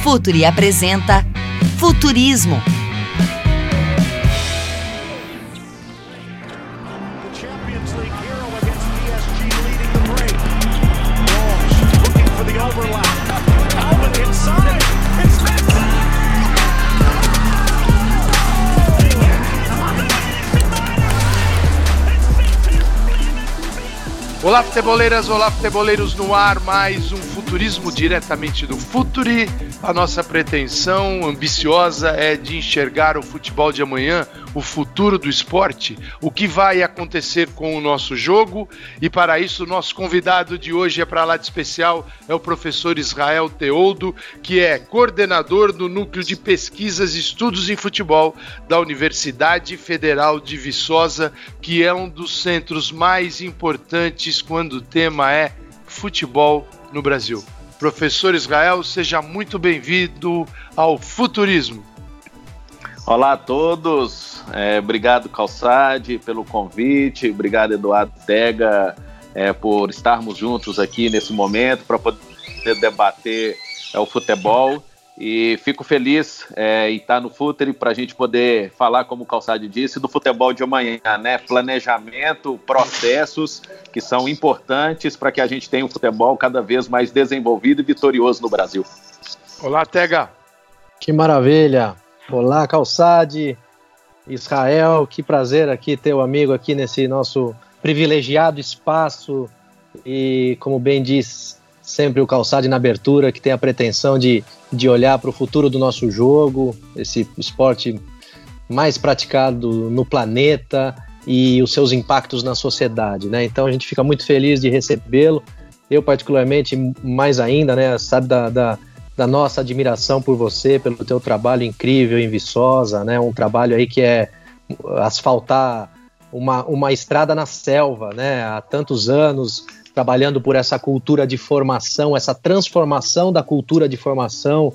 Futuri apresenta Futurismo. Olá, futeboleiras, olá, futeboleiros, no ar, mais um Futurismo diretamente do Futuri. A nossa pretensão ambiciosa é de enxergar o futebol de amanhã, o futuro do esporte, o que vai acontecer com o nosso jogo, e para isso o nosso convidado de hoje é para lá de especial, é o professor Israel Teoldo, que é coordenador do Núcleo de Pesquisas e Estudos em Futebol da Universidade Federal de Viçosa, que é um dos centros mais importantes quando o tema é futebol no Brasil. Professor Israel, seja muito bem-vindo ao Futurismo. Olá a todos, obrigado Calçade pelo convite, obrigado Eduardo Tega por estarmos juntos aqui nesse momento para poder debater o futebol, e fico feliz em estar no Futuri para a gente poder falar, como o Calçade disse, do futebol de amanhã, né? Planejamento, processos que são importantes para que a gente tenha um futebol cada vez mais desenvolvido e vitorioso no Brasil. Olá, Tega. Que maravilha. Olá, Calçade, Israel, que prazer aqui ter o amigo aqui nesse nosso privilegiado espaço, e como bem diz sempre o Calçade na abertura, que tem a pretensão de olhar para o futuro do nosso jogo, esse esporte mais praticado no planeta e os seus impactos na sociedade, né? Então a gente fica muito feliz de recebê-lo, eu particularmente mais ainda, né? Sabe da nossa admiração por você, pelo teu trabalho incrível em Viçosa, né? Um trabalho aí que é asfaltar uma estrada na selva, né? Há tantos anos trabalhando por essa cultura de formação, essa transformação da cultura de formação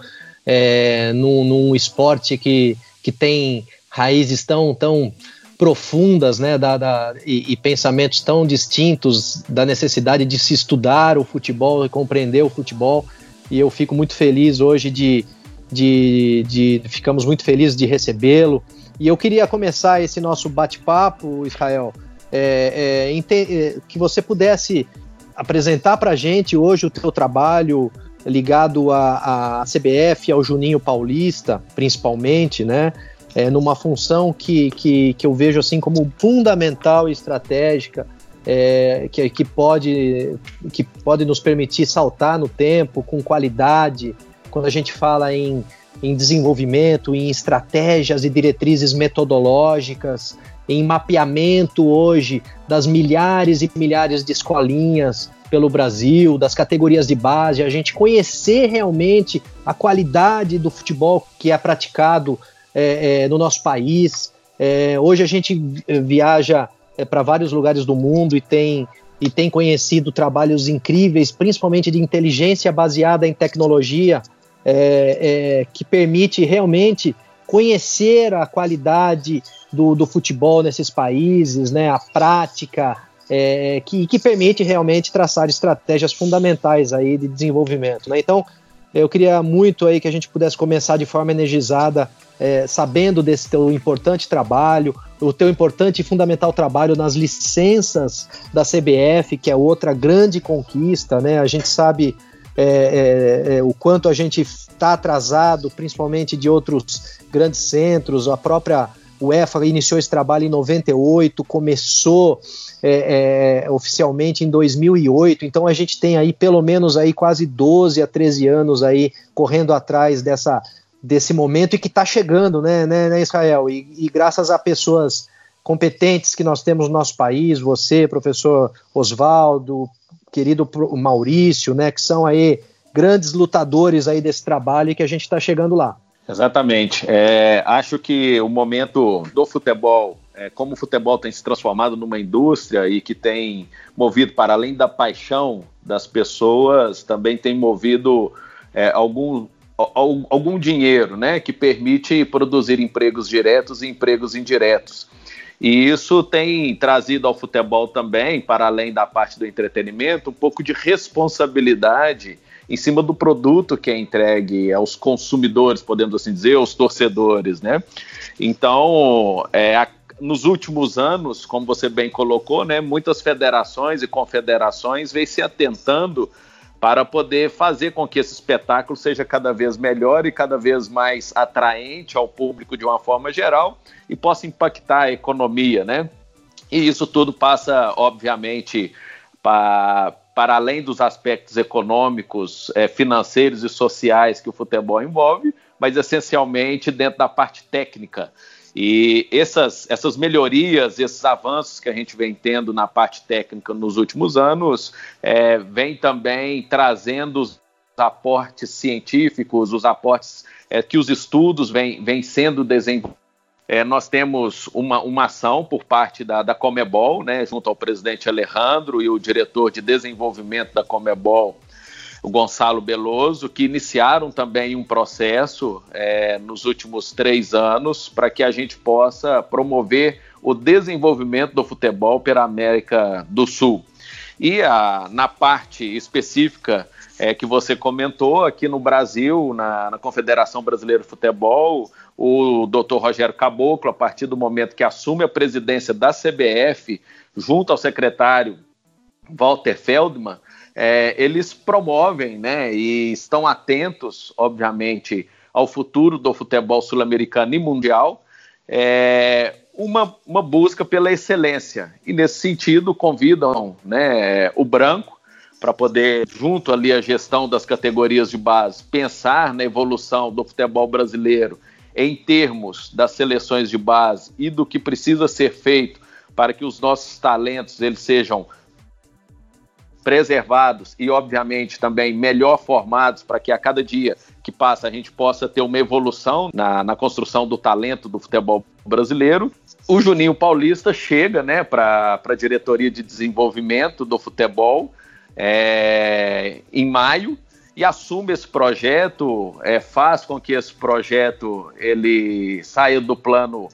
num esporte que tem raízes tão profundas, né? E pensamentos tão distintos da necessidade de se estudar o futebol e compreender o futebol. E eu fico muito feliz hoje ficamos muito felizes de recebê-lo. E eu queria começar esse nosso bate-papo, Israel, que você pudesse apresentar para a gente hoje o teu trabalho ligado à CBF, ao Juninho Paulista, principalmente, né? Numa função que eu vejo assim como fundamental e estratégica, que pode nos permitir saltar no tempo com qualidade, quando a gente fala em desenvolvimento, em estratégias e diretrizes metodológicas, em mapeamento hoje das milhares e milhares de escolinhas pelo Brasil, das categorias de base, a gente conhecer realmente a qualidade do futebol que é praticado no nosso país. Hoje a gente viaja para vários lugares do mundo e tem conhecido trabalhos incríveis, principalmente de inteligência baseada em tecnologia, que permite realmente conhecer a qualidade do futebol nesses países, né, a prática, que permite realmente traçar estratégias fundamentais aí de desenvolvimento, né? Então, eu queria muito aí que a gente pudesse começar de forma energizada, sabendo desse teu importante trabalho, o teu importante e fundamental trabalho nas licenças da CBF, que é outra grande conquista, né? A gente sabe o quanto a gente está atrasado, principalmente de outros grandes centros. A própria UEFA iniciou esse trabalho em 98, começou oficialmente em 2008, então a gente tem aí pelo menos aí quase 12 a 13 anos aí correndo atrás desse momento, e que está chegando, né, Israel? E graças a pessoas competentes que nós temos no nosso país, você, professor Oswaldo, querido Maurício, né, que são aí grandes lutadores aí desse trabalho, e que a gente está chegando lá. Exatamente. Acho que o momento do futebol, como o futebol tem se transformado numa indústria e que tem movido, para além da paixão das pessoas, também tem movido algum dinheiro, né, que permite produzir empregos diretos e empregos indiretos. E isso tem trazido ao futebol também, para além da parte do entretenimento, um pouco de responsabilidade em cima do produto que é entregue aos consumidores, podemos assim dizer, aos torcedores, né? Então, nos últimos anos, como você bem colocou, né, muitas federações e confederações vêm se atentando para poder fazer com que esse espetáculo seja cada vez melhor e cada vez mais atraente ao público de uma forma geral e possa impactar a economia, né? E isso tudo passa, obviamente, para além dos aspectos econômicos, financeiros e sociais que o futebol envolve, mas essencialmente dentro da parte técnica. E essas melhorias, esses avanços que a gente vem tendo na parte técnica nos últimos anos, vem também trazendo os aportes científicos, os aportes que os estudos vêm sendo desenvolvidos. Nós temos uma ação por parte da Conmebol, né, junto ao presidente Alejandro e o diretor de desenvolvimento da Conmebol, o Gonçalo Beloso, que iniciaram também um processo nos últimos 3 anos para que a gente possa promover o desenvolvimento do futebol pela América do Sul. E na parte específica que você comentou, aqui no Brasil, na Confederação Brasileira de Futebol, o Dr. Rogério Caboclo, a partir do momento que assume a presidência da CBF, junto ao secretário Walter Feldman, eles promovem, né, e estão atentos, obviamente, ao futuro do futebol sul-americano e mundial, uma busca pela excelência. E, nesse sentido, convidam, né, o Branco para poder, junto ali à gestão das categorias de base, pensar na evolução do futebol brasileiro em termos das seleções de base e do que precisa ser feito para que os nossos talentos eles sejam preservados e, obviamente, também melhor formados para que a cada dia que passa a gente possa ter uma evolução na construção do talento do futebol brasileiro. O Juninho Paulista chega, né, para a diretoria de desenvolvimento do futebol em maio e assume esse projeto, faz com que esse projeto ele saia do plano,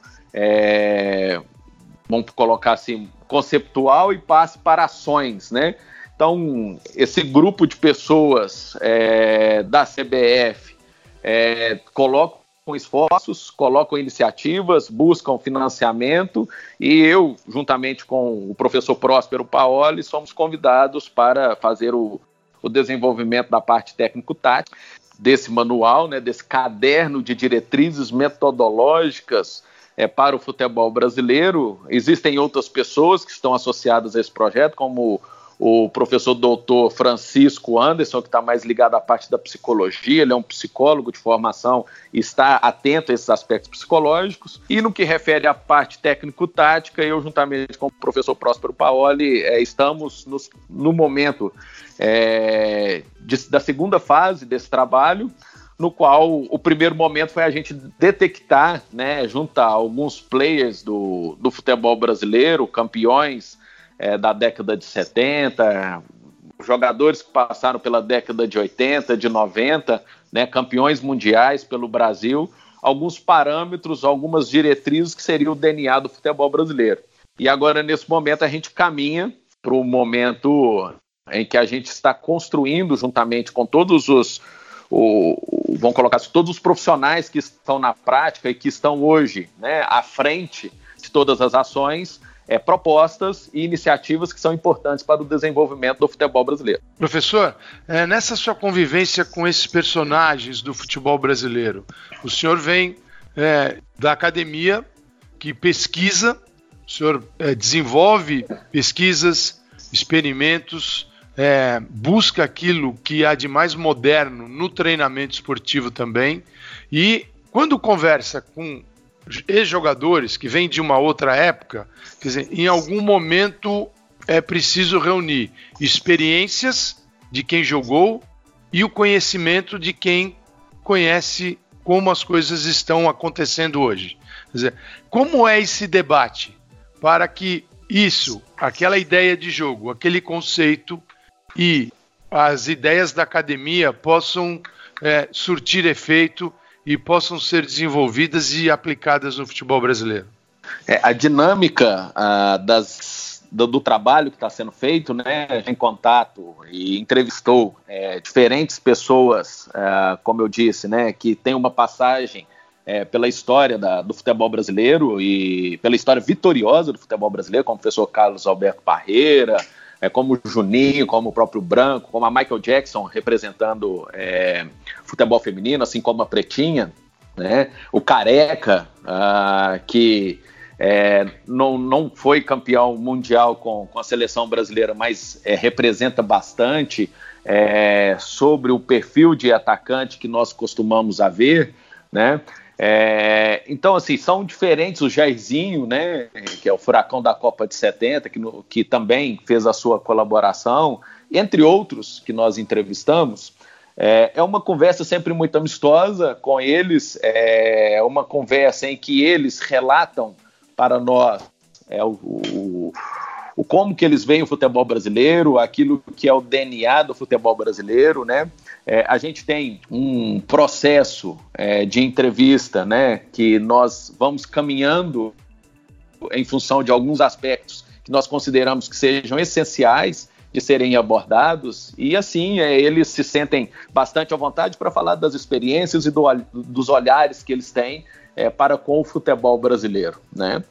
vamos colocar assim, conceptual e passe para ações, né? Então, esse grupo de pessoas da CBF colocam esforços, colocam iniciativas, buscam financiamento e eu, juntamente com o professor Próspero Paoli, somos convidados para fazer o desenvolvimento da parte técnico-tática desse manual, né, desse caderno de diretrizes metodológicas para o futebol brasileiro. Existem outras pessoas que estão associadas a esse projeto, como o professor doutor Francisco Anderson, que está mais ligado à parte da psicologia, ele é um psicólogo de formação e está atento a esses aspectos psicológicos. E no que refere à parte técnico-tática, eu, juntamente com o professor Próspero Paoli, estamos no momento da segunda fase desse trabalho, no qual o primeiro momento foi a gente detectar, né, junto a alguns players do futebol brasileiro, campeões da década de 70, jogadores que passaram pela década de 80, de 90, né, campeões mundiais pelo Brasil, alguns parâmetros, algumas diretrizes que seriam o DNA do futebol brasileiro. E agora, nesse momento, a gente caminha para o momento em que a gente está construindo, juntamente com todos vamos colocar assim, todos os profissionais que estão na prática e que estão hoje, né, à frente de todas as ações, propostas e iniciativas que são importantes para o desenvolvimento do futebol brasileiro. Professor, nessa sua convivência com esses personagens do futebol brasileiro, o senhor vem da academia que pesquisa, o senhor desenvolve pesquisas, experimentos, busca aquilo que há de mais moderno no treinamento esportivo também, e quando conversa com ex-jogadores que vêm de uma outra época, quer dizer, em algum momento é preciso reunir experiências de quem jogou e o conhecimento de quem conhece como as coisas estão acontecendo hoje. Quer dizer, como é esse debate para que isso, aquela ideia de jogo, aquele conceito e as ideias da academia possam surtir efeito e possam ser desenvolvidas e aplicadas no futebol brasileiro? A dinâmica do trabalho que está sendo feito, né, em contato e entrevistou diferentes pessoas, como eu disse, né, que tem uma passagem pela história do futebol brasileiro e pela história vitoriosa do futebol brasileiro, como o professor Carlos Alberto Parreira, como o Juninho, como o próprio Branco, como a Michael Jackson representando futebol feminino, assim como a Pretinha, né, o Careca, que não foi campeão mundial com a seleção brasileira, mas representa bastante sobre o perfil de atacante que nós costumamos ver, né? Então, assim, são diferentes. O Jairzinho, né, que é o furacão da Copa de 70, que também fez a sua colaboração, entre outros que nós entrevistamos. É uma conversa sempre muito amistosa com eles, é uma conversa em que eles relatam para nós como que eles veem o futebol brasileiro, aquilo que é o DNA do futebol brasileiro, né? A gente tem um processo de entrevista, né, que nós vamos caminhando em função de alguns aspectos que nós consideramos que sejam essenciais de serem abordados, e assim eles se sentem bastante à vontade para falar das experiências e dos olhares que eles têm para com o futebol brasileiro, né?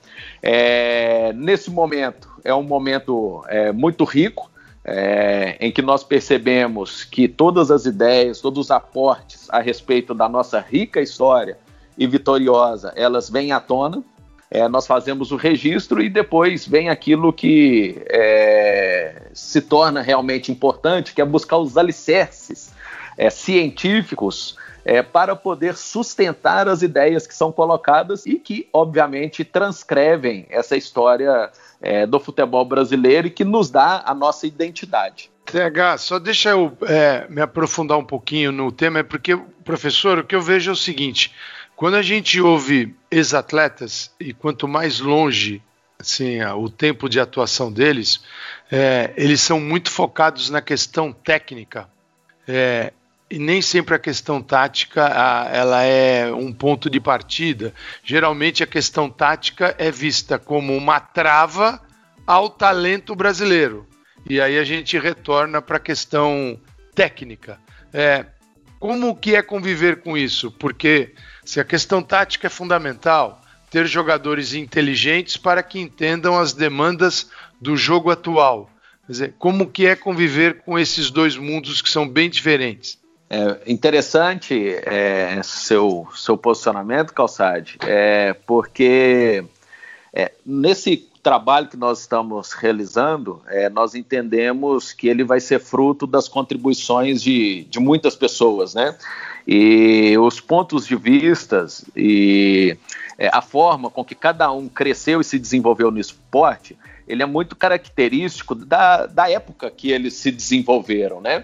Nesse momento, é um momento muito rico, em que nós percebemos que todas as ideias, todos os aportes a respeito da nossa rica história e vitoriosa, elas vêm à tona. Nós fazemos o registro e depois vem aquilo que se torna realmente importante, que é buscar os alicerces científicos para poder sustentar as ideias que são colocadas e que, obviamente, transcrevem essa história do futebol brasileiro e que nos dá a nossa identidade. TH, só deixa eu me aprofundar um pouquinho no tema, porque, professor, o que eu vejo é o seguinte: quando a gente ouve ex-atletas, e quanto mais longe assim, o tempo de atuação deles, eles são muito focados na questão técnica, e nem sempre a questão tática ela é um ponto de partida. Geralmente a questão tática é vista como uma trava ao talento brasileiro, e aí a gente retorna para a questão técnica. Como que é conviver com isso? Porque se a questão tática é fundamental, ter jogadores inteligentes para que entendam as demandas do jogo atual. Quer dizer, como que é conviver com esses dois mundos que são bem diferentes? Interessante seu posicionamento, Calçade, porque nesse trabalho que nós estamos realizando, nós entendemos que ele vai ser fruto das contribuições de muitas pessoas, né? E os pontos de vistas e a forma com que cada um cresceu e se desenvolveu no esporte, ele é muito característico da época que eles se desenvolveram, né?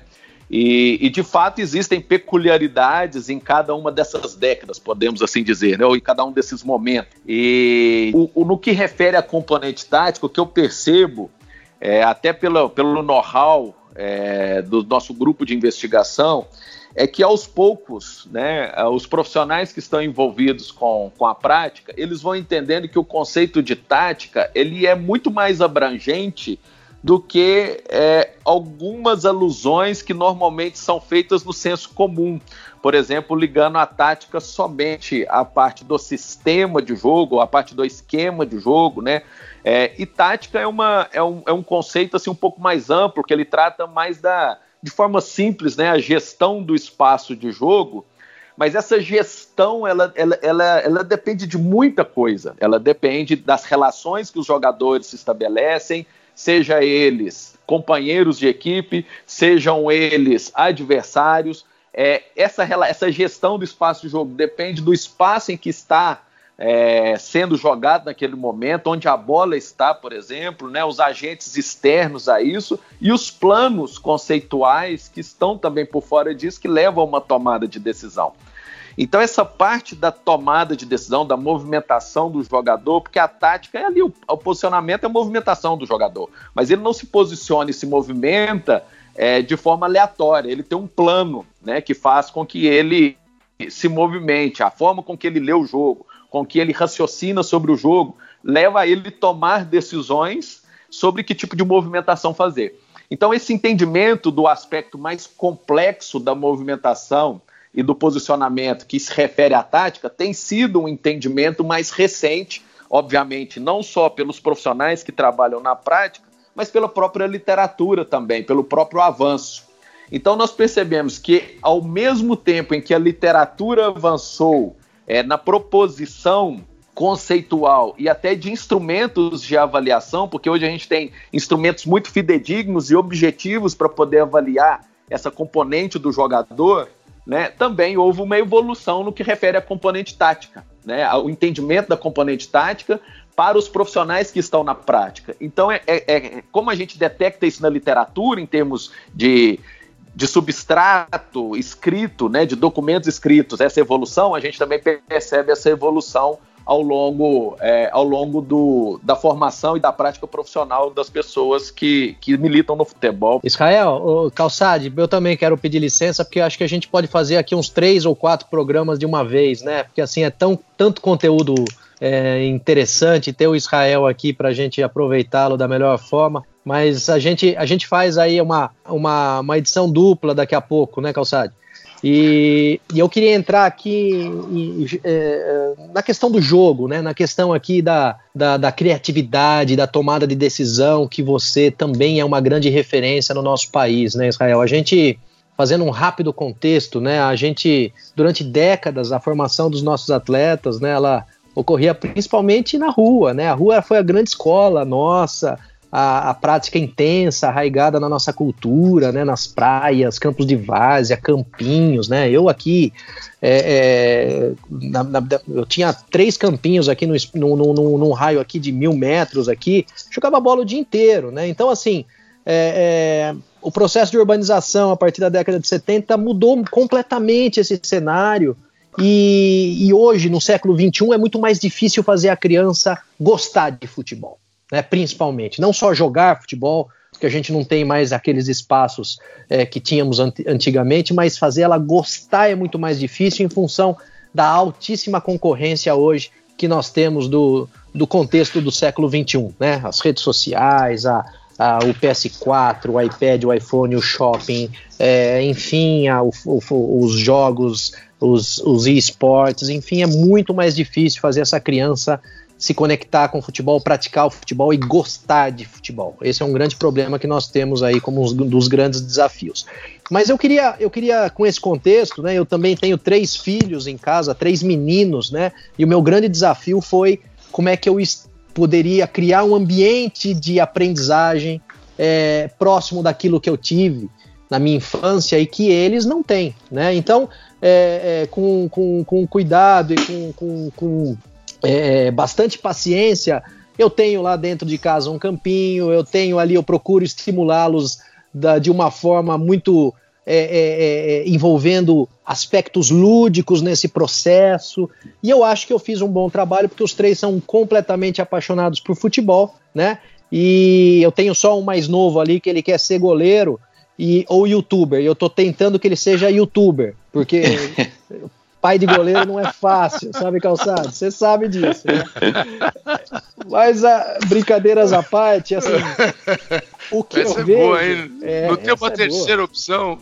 E de fato existem peculiaridades em cada uma dessas décadas, podemos assim dizer, né? Ou em cada um desses momentos. E no que refere a componente tático, o que eu percebo, até pelo know-how do nosso grupo de investigação, é que aos poucos, né, os profissionais que estão envolvidos com a prática, eles vão entendendo que o conceito de tática ele é muito mais abrangente do que algumas alusões que normalmente são feitas no senso comum. Por exemplo, ligando a tática somente à parte do sistema de jogo, à parte do esquema de jogo, né? E tática é um conceito assim, um pouco mais amplo, que ele trata mais de forma simples, né, a gestão do espaço de jogo. Mas essa gestão, ela depende de muita coisa. Ela depende das relações que os jogadores se estabelecem, seja eles companheiros de equipe, sejam eles adversários. Essa gestão do espaço de jogo depende do espaço em que está sendo jogado naquele momento, onde a bola está, por exemplo, né, os agentes externos a isso e os planos conceituais que estão também por fora disso, que levam a uma tomada de decisão. Então essa parte da tomada de decisão, da movimentação do jogador, porque a tática é ali, o posicionamento é a movimentação do jogador, mas ele não se posiciona e se movimenta de forma aleatória, ele tem um plano, né, que faz com que ele se movimente, a forma com que ele lê o jogo, com que ele raciocina sobre o jogo, leva a ele tomar decisões sobre que tipo de movimentação fazer. Então, esse entendimento do aspecto mais complexo da movimentação e do posicionamento que se refere à tática tem sido um entendimento mais recente, obviamente, não só pelos profissionais que trabalham na prática, mas pela própria literatura também, pelo próprio avanço. Então, nós percebemos que, ao mesmo tempo em que a literatura avançou na proposição conceitual e até de instrumentos de avaliação, porque hoje a gente tem instrumentos muito fidedignos e objetivos para poder avaliar essa componente do jogador, né, também houve uma evolução no que refere à componente tática, né, o entendimento da componente tática para os profissionais que estão na prática. Então, como a gente detecta isso na literatura, em termos de substrato escrito, né, de documentos escritos, essa evolução, a gente também percebe essa evolução ao longo da formação e da prática profissional das pessoas que militam no futebol. Israel, Calçade, eu também quero pedir licença, porque acho que a gente pode fazer aqui uns 3 ou 4 programas de uma vez, né? Porque assim, tanto conteúdo interessante ter o Israel aqui para a gente aproveitá-lo da melhor forma, mas a gente faz aí uma edição dupla daqui a pouco, né, Calçade? E eu queria entrar aqui na questão do jogo, né? Na questão aqui da criatividade, da tomada de decisão, que você também é uma grande referência no nosso país, né, Israel? A gente, fazendo um rápido contexto, né? A gente, durante décadas, a formação dos nossos atletas, né? Ela ocorria principalmente na rua, né? A rua foi a grande escola nossa, a prática intensa, arraigada na nossa cultura, né, nas praias, campos de várzea, campinhos, né, eu aqui, eu tinha 3 campinhos aqui num raio aqui de 1.000 metros aqui, jogava bola o dia inteiro, né, então assim, o processo de urbanização a partir da década de 70 mudou completamente esse cenário, e hoje, no século XXI, é muito mais difícil fazer a criança gostar de futebol. Né, principalmente, não só jogar futebol, porque a gente não tem mais aqueles espaços que tínhamos antigamente, mas fazer ela gostar é muito mais difícil em função da altíssima concorrência hoje que nós temos do contexto do século XXI, né? As redes sociais, o PS4, o iPad, o iPhone, o shopping, enfim, os jogos, os esportes, enfim, é muito mais difícil fazer essa criança se conectar com o futebol, praticar o futebol e gostar de futebol. Esse é um grande problema que nós temos aí como um dos grandes desafios. Mas eu queria com esse contexto, né, eu também tenho 3 filhos em casa, 3 meninos, né, e o meu grande desafio foi como é que eu poderia criar um ambiente de aprendizagem próximo daquilo que eu tive na minha infância e que eles não têm, né? Então, com cuidado e com bastante paciência, eu tenho lá dentro de casa um campinho, eu procuro estimulá-los de uma forma muito envolvendo aspectos lúdicos nesse processo, e eu acho que eu fiz um bom trabalho, porque os 3 são completamente apaixonados por futebol, né? E eu tenho só um mais novo ali, que ele quer ser goleiro ou youtuber, e eu tô tentando que ele seja youtuber, porque pai de goleiro não é fácil, sabe, Calçado? Você sabe disso, né? Mas, brincadeiras à parte, assim, o que essa eu vejo... Boa, hein? Não tem uma terceira opção?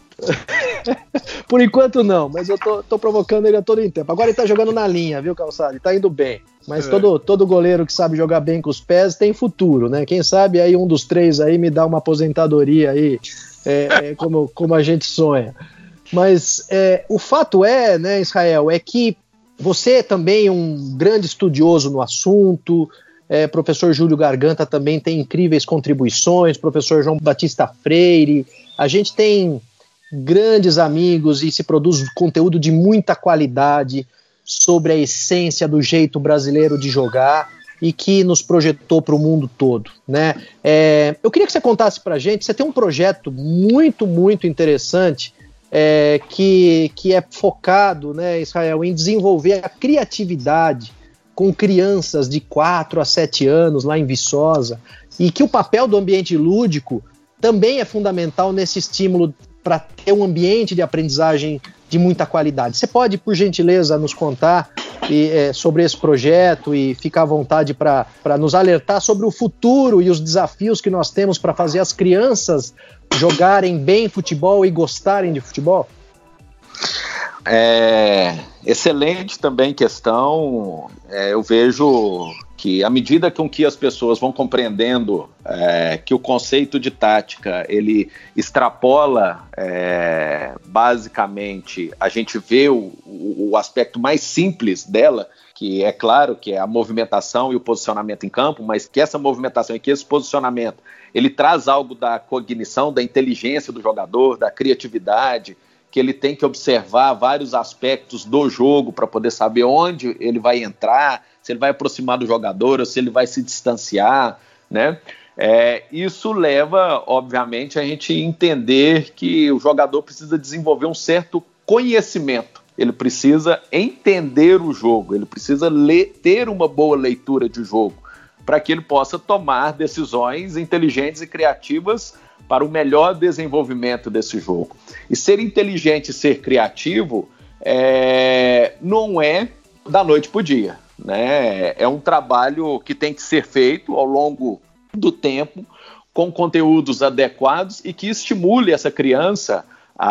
Por enquanto não, mas eu tô provocando ele a todo tempo. Agora ele tá jogando na linha, viu, Calçado? Ele tá indo bem. Mas todo goleiro que sabe jogar bem com os pés tem futuro, né? Quem sabe aí um dos 3 aí me dá uma aposentadoria aí, como a gente sonha. Mas o fato né, Israel, é que você também é um grande estudioso no assunto, professor Júlio Garganta também tem incríveis contribuições, professor João Batista Freire, a gente tem grandes amigos e se produz conteúdo de muita qualidade sobre a essência do jeito brasileiro de jogar e que nos projetou para o mundo todo, né? Eu queria que você contasse para a gente, você tem um projeto muito, muito interessante, que é focado, né, Israel, em desenvolver a criatividade com crianças de 4 a 7 anos lá em Viçosa, e que o papel do ambiente lúdico também é fundamental nesse estímulo para ter um ambiente de aprendizagem de muita qualidade. Você pode, por gentileza, nos contar sobre esse projeto e fica à vontade para nos alertar sobre o futuro e os desafios que nós temos para fazer as crianças jogarem bem futebol e gostarem de futebol? Excelente também questão. Eu vejo que à medida com que as pessoas vão compreendendo que o conceito de tática ele extrapola basicamente, a gente vê o aspecto mais simples dela, que é claro que é a movimentação e o posicionamento em campo, mas que essa movimentação e que esse posicionamento ele traz algo da cognição, da inteligência do jogador, da criatividade, que ele tem que observar vários aspectos do jogo para poder saber onde ele vai entrar, se ele vai aproximar do jogador ou se ele vai se distanciar, né? Isso leva, obviamente, a gente entender que o jogador precisa desenvolver um certo conhecimento, ele precisa entender o jogo, ele precisa ter uma boa leitura de jogo, para que ele possa tomar decisões inteligentes e criativas para o melhor desenvolvimento desse jogo. E ser inteligente e ser criativo não é da noite para o dia, né? É um trabalho que tem que ser feito ao longo do tempo, com conteúdos adequados e que estimule essa criança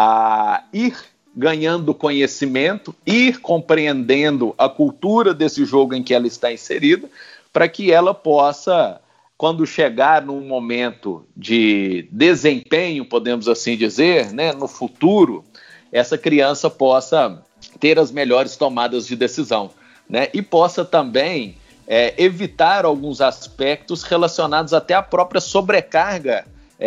a ir ganhando conhecimento, ir compreendendo a cultura desse jogo em que ela está inserida, para que ela possa, quando chegar num momento de desempenho, podemos assim dizer, né, no futuro, essa criança possa ter as melhores tomadas de decisão, né, e possa também evitar alguns aspectos relacionados até à própria sobrecarga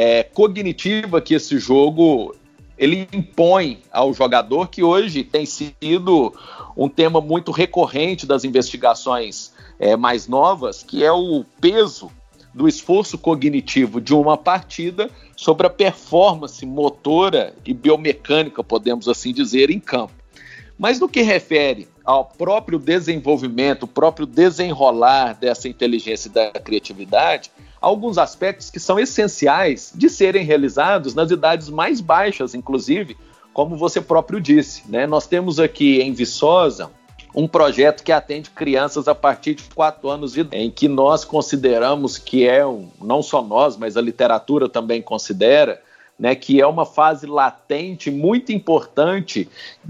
cognitiva que esse jogo ele impõe ao jogador, que hoje tem sido um tema muito recorrente das investigações mais novas, que é o peso do esforço cognitivo de uma partida sobre a performance motora e biomecânica, podemos assim dizer, em campo. Mas no que refere ao próprio desenvolvimento, o próprio desenrolar dessa inteligência e da criatividade, há alguns aspectos que são essenciais de serem realizados nas idades mais baixas, inclusive, como você próprio disse, né? Nós temos aqui em Viçosa um projeto que atende crianças a partir de 4 anos de idade, em que nós consideramos que não só nós, mas a literatura também considera, né, que é uma fase latente muito importante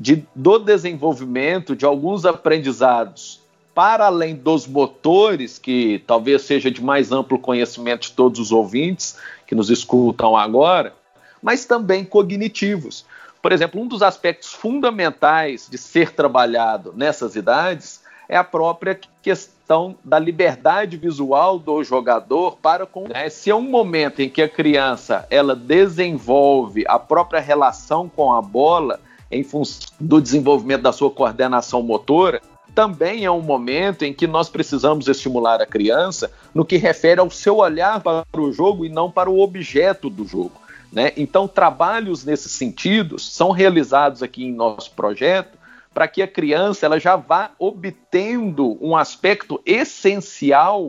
do desenvolvimento de alguns aprendizados, para além dos motores, que talvez seja de mais amplo conhecimento de todos os ouvintes que nos escutam agora, mas também cognitivos. Por exemplo, um dos aspectos fundamentais de ser trabalhado nessas idades é a própria questão da liberdade visual do jogador para com... Se é um momento em que a criança ela desenvolve a própria relação com a bola em função do desenvolvimento da sua coordenação motora, também é um momento em que nós precisamos estimular a criança no que refere ao seu olhar para o jogo e não para o objeto do jogo, né? Então, trabalhos nesses sentidos são realizados aqui em nosso projeto para que a criança ela já vá obtendo um aspecto essencial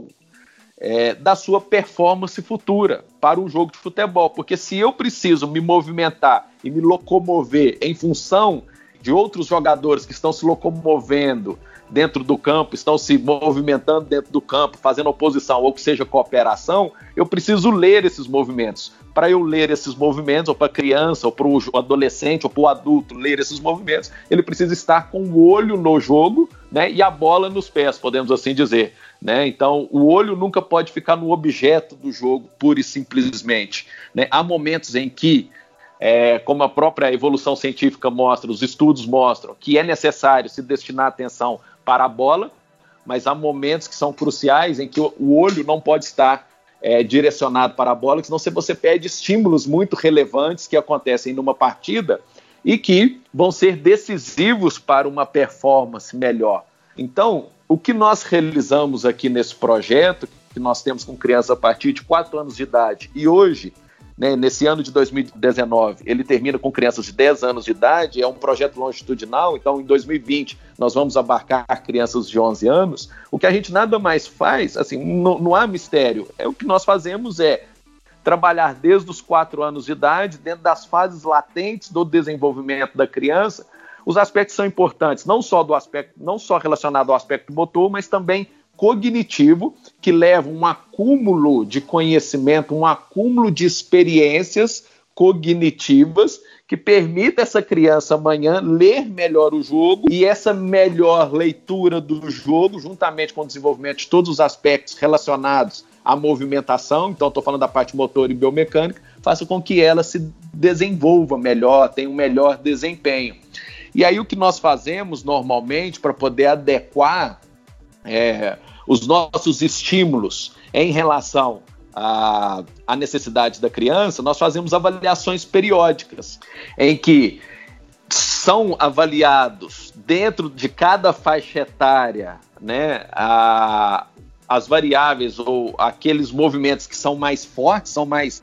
da sua performance futura para um jogo de futebol. Porque se eu preciso me movimentar e me locomover em função de outros jogadores que estão se locomovendo dentro do campo, estão se movimentando dentro do campo, fazendo oposição ou que seja cooperação, eu preciso ler esses movimentos. Para eu ler esses movimentos, ou para a criança, ou para o adolescente, ou para o adulto ler esses movimentos, ele precisa estar com o olho no jogo, né, e a bola nos pés, podemos assim dizer, né? Então, o olho nunca pode ficar no objeto do jogo, pura e simplesmente, né? Há momentos em que, como a própria evolução científica mostra, os estudos mostram, que é necessário se destinar atenção para a bola, mas há momentos que são cruciais em que o olho não pode estar direcionado para a bola, senão você perde estímulos muito relevantes que acontecem numa partida e que vão ser decisivos para uma performance melhor. Então, o que nós realizamos aqui nesse projeto, que nós temos com crianças a partir de 4 anos de idade, e hoje, né, nesse ano de 2019, ele termina com crianças de 10 anos de idade, é um projeto longitudinal, então em 2020 nós vamos abarcar crianças de 11 anos, o que a gente nada mais faz, assim, não há mistério, o que nós fazemos é trabalhar desde os 4 anos de idade, dentro das fases latentes do desenvolvimento da criança, os aspectos são importantes, não só relacionado ao aspecto motor, mas também cognitivo, que leva um acúmulo de conhecimento, um acúmulo de experiências cognitivas que permita essa criança amanhã ler melhor o jogo, e essa melhor leitura do jogo, juntamente com o desenvolvimento de todos os aspectos relacionados à movimentação, então estou falando da parte motor e biomecânica, faça com que ela se desenvolva melhor, tenha um melhor desempenho. E aí o que nós fazemos normalmente para poder adequar os nossos estímulos em relação à necessidade da criança, nós fazemos avaliações periódicas, em que são avaliados dentro de cada faixa etária, né, as variáveis ou aqueles movimentos que são mais fortes, são mais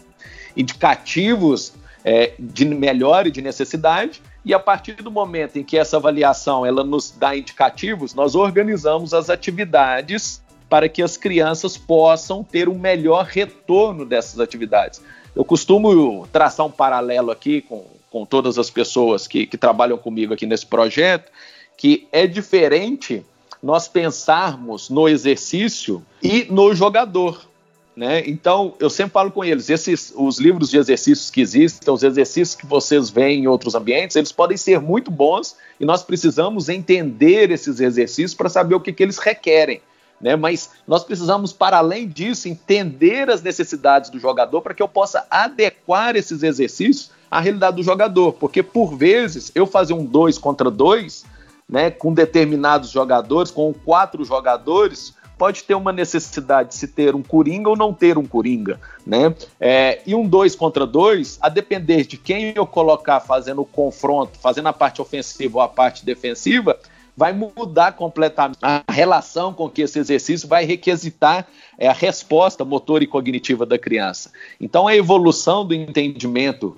indicativos de melhora e de necessidade, e a partir do momento em que essa avaliação ela nos dá indicativos, nós organizamos as atividades para que as crianças possam ter um melhor retorno dessas atividades. Eu costumo traçar um paralelo aqui com todas as pessoas que trabalham comigo aqui nesse projeto, que é diferente nós pensarmos no exercício e no jogador, né? Então, eu sempre falo com eles, os livros de exercícios que existem, os exercícios que vocês veem em outros ambientes, eles podem ser muito bons e nós precisamos entender esses exercícios para saber o que eles requerem, né? Mas nós precisamos, para além disso, entender as necessidades do jogador para que eu possa adequar esses exercícios à realidade do jogador, porque por vezes eu fazer um 2 contra 2, né, com determinados jogadores, com 4 jogadores, pode ter uma necessidade de se ter um coringa ou não ter um coringa, né? E um 2 contra 2, a depender de quem eu colocar fazendo o confronto, fazendo a parte ofensiva ou a parte defensiva, vai mudar completamente a relação com que esse exercício vai requisitar a resposta motora e cognitiva da criança. Então, a evolução do entendimento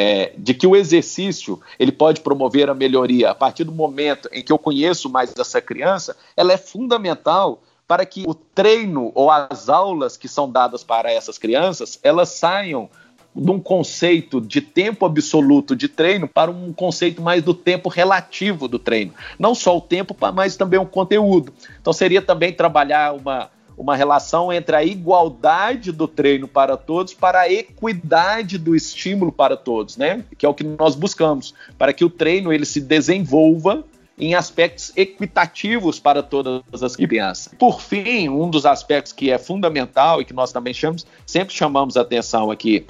de que o exercício ele pode promover a melhoria a partir do momento em que eu conheço mais essa criança, ela é fundamental para que o treino ou as aulas que são dadas para essas crianças, elas saiam de um conceito de tempo absoluto de treino para um conceito mais do tempo relativo do treino. Não só o tempo, mas também o conteúdo. Então seria também trabalhar uma relação entre a igualdade do treino para todos para a equidade do estímulo para todos, né? Que é o que nós buscamos, para que o treino ele se desenvolva em aspectos equitativos para todas as crianças. Por fim, um dos aspectos que é fundamental e que nós também sempre chamamos a atenção aqui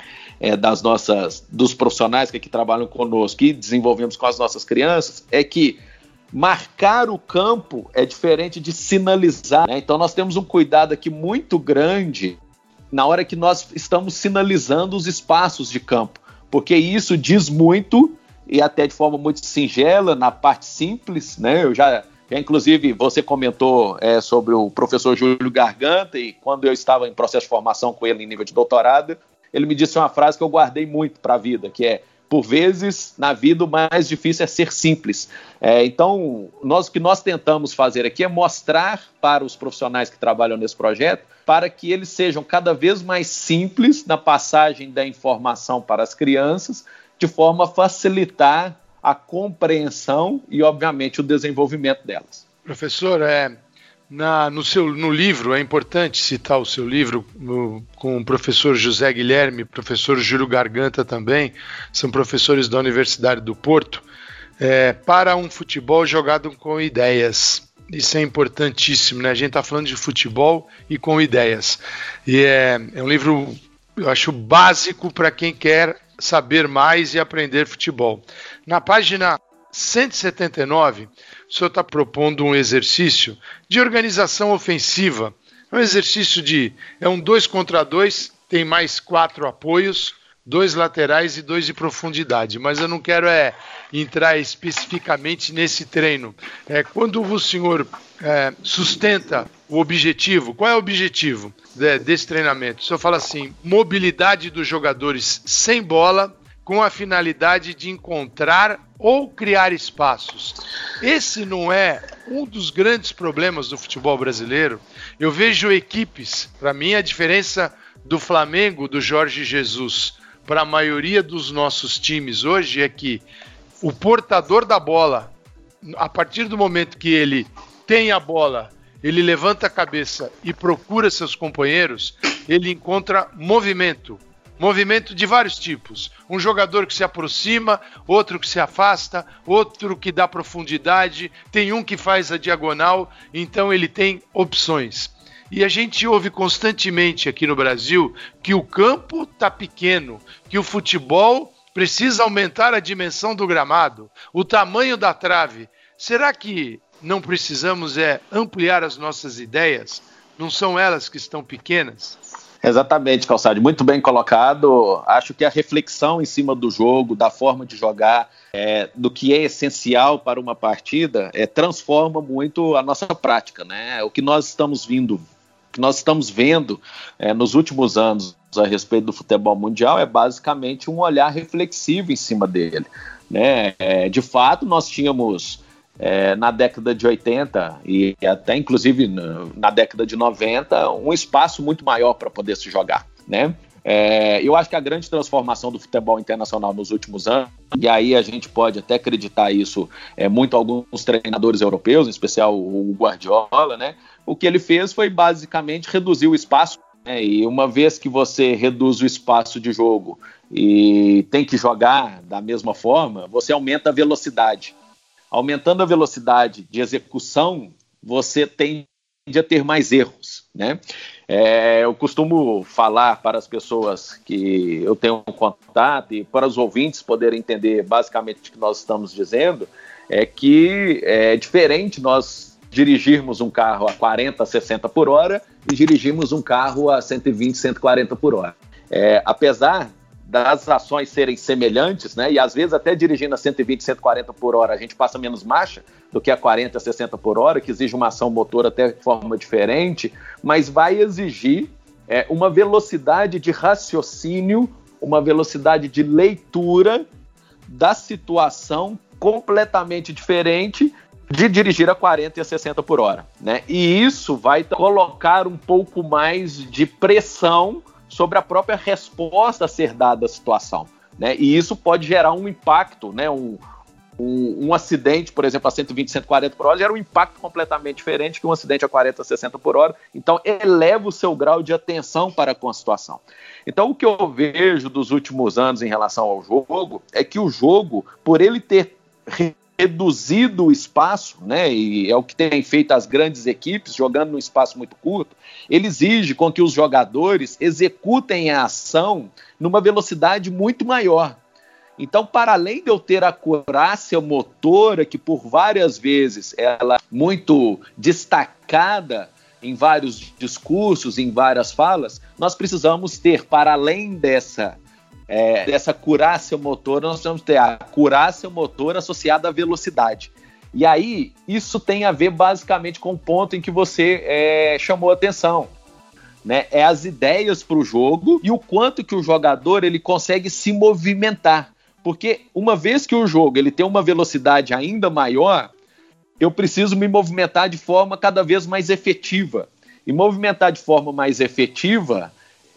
dos profissionais que aqui trabalham conosco e desenvolvemos com as nossas crianças, é que marcar o campo é diferente de sinalizar, né? Então nós temos um cuidado aqui muito grande na hora que nós estamos sinalizando os espaços de campo, porque isso diz muito e até de forma muito singela, na parte simples, né? Eu já inclusive, você comentou sobre o professor Júlio Garganta, e quando eu estava em processo de formação com ele em nível de doutorado, ele me disse uma frase que eu guardei muito para a vida, que é: por vezes, na vida, o mais difícil é ser simples. Então, o que nós tentamos fazer aqui é mostrar para os profissionais que trabalham nesse projeto, para que eles sejam cada vez mais simples na passagem da informação para as crianças, de forma a facilitar a compreensão e, obviamente, o desenvolvimento delas. Professor, no livro, é importante citar o seu livro com o professor José Guilherme, professor Júlio Garganta também, são professores da Universidade do Porto, para um futebol jogado com ideias. Isso é importantíssimo, né? A gente está falando de futebol e com ideias. E é um livro, eu acho, básico para quem quer saber mais e aprender futebol. Na página 179, o senhor está propondo um exercício de organização ofensiva. É um exercício um 2 contra 2, tem mais 4 apoios, 2 laterais e 2 de profundidade. Mas eu não quero entrar especificamente nesse treino. Quando o senhor sustenta o objetivo, qual é o objetivo desse treinamento? O senhor fala assim: mobilidade dos jogadores sem bola, com a finalidade de encontrar ou criar espaços. Esse não é um dos grandes problemas do futebol brasileiro? Eu vejo equipes, para mim a diferença do Flamengo, do Jorge Jesus, para a maioria dos nossos times hoje é que o portador da bola a partir do momento que ele tem a bola, ele levanta a cabeça e procura seus companheiros, ele encontra movimento de vários tipos. Um jogador que se aproxima, outro que se afasta, outro que dá profundidade, tem um que faz a diagonal, então ele tem opções. E a gente ouve constantemente aqui no Brasil que o campo está pequeno, que o futebol precisa aumentar a dimensão do gramado, o tamanho da trave. Será que não precisamos ampliar as nossas ideias? Não são elas que estão pequenas? Exatamente, Calçade, muito bem colocado. Acho que a reflexão em cima do jogo, da forma de jogar, do que é essencial para uma partida, transforma muito a nossa prática, né? O que nós estamos vendo nos últimos anos a respeito do futebol mundial é basicamente um olhar reflexivo em cima dele, né? De fato, nós tínhamos na década de 80 e até inclusive na década de 90 um espaço muito maior para poder se jogar, né? Eu acho que a grande transformação do futebol internacional nos últimos anos, e aí a gente pode até acreditar isso muito a alguns treinadores europeus, em especial o Guardiola, né? O que ele fez foi basicamente reduzir o espaço, né? E uma vez que você reduz o espaço de jogo e tem que jogar da mesma forma, você aumenta a velocidade. Aumentando a velocidade de execução, você tende a ter mais erros, né? Eu costumo falar para as pessoas que eu tenho contato e para os ouvintes poderem entender basicamente o que nós estamos dizendo, que é diferente nós dirigirmos um carro a 40, 60 por hora e dirigirmos um carro a 120, 140 por hora. Apesar das ações serem semelhantes, né, e às vezes até dirigindo a 120, 140 por hora, a gente passa menos marcha do que a 40, 60 por hora, que exige uma ação motor até de forma diferente, mas vai exigir uma velocidade de raciocínio, uma velocidade de leitura da situação completamente diferente de dirigir a 40 e a 60 por hora, né? E isso vai colocar um pouco mais de pressão sobre a própria resposta a ser dada à situação, né? E isso pode gerar um impacto, né? Um acidente, por exemplo, a 120, 140 por hora, gera um impacto completamente diferente que um acidente a 40, 60 por hora. Então, eleva o seu grau de atenção para com a situação. Então, o que eu vejo dos últimos anos em relação ao jogo é que o jogo, por ele ter reduzido o espaço, né, e é o que tem feito as grandes equipes, jogando num espaço muito curto, ele exige com que os jogadores executem a ação numa velocidade muito maior. Então, para além de eu ter a acurácia motora, que por várias vezes ela é muito destacada em vários discursos, em várias falas, nós precisamos ter, para além dessa acurácia motora, nós precisamos ter a acurácia motora associada à velocidade. E aí, isso tem a ver basicamente com o ponto em que você chamou a atenção, né? É as ideias para o jogo e o quanto que o jogador ele consegue se movimentar. Porque uma vez que o jogo ele tem uma velocidade ainda maior, eu preciso me movimentar de forma cada vez mais efetiva. E movimentar de forma mais efetiva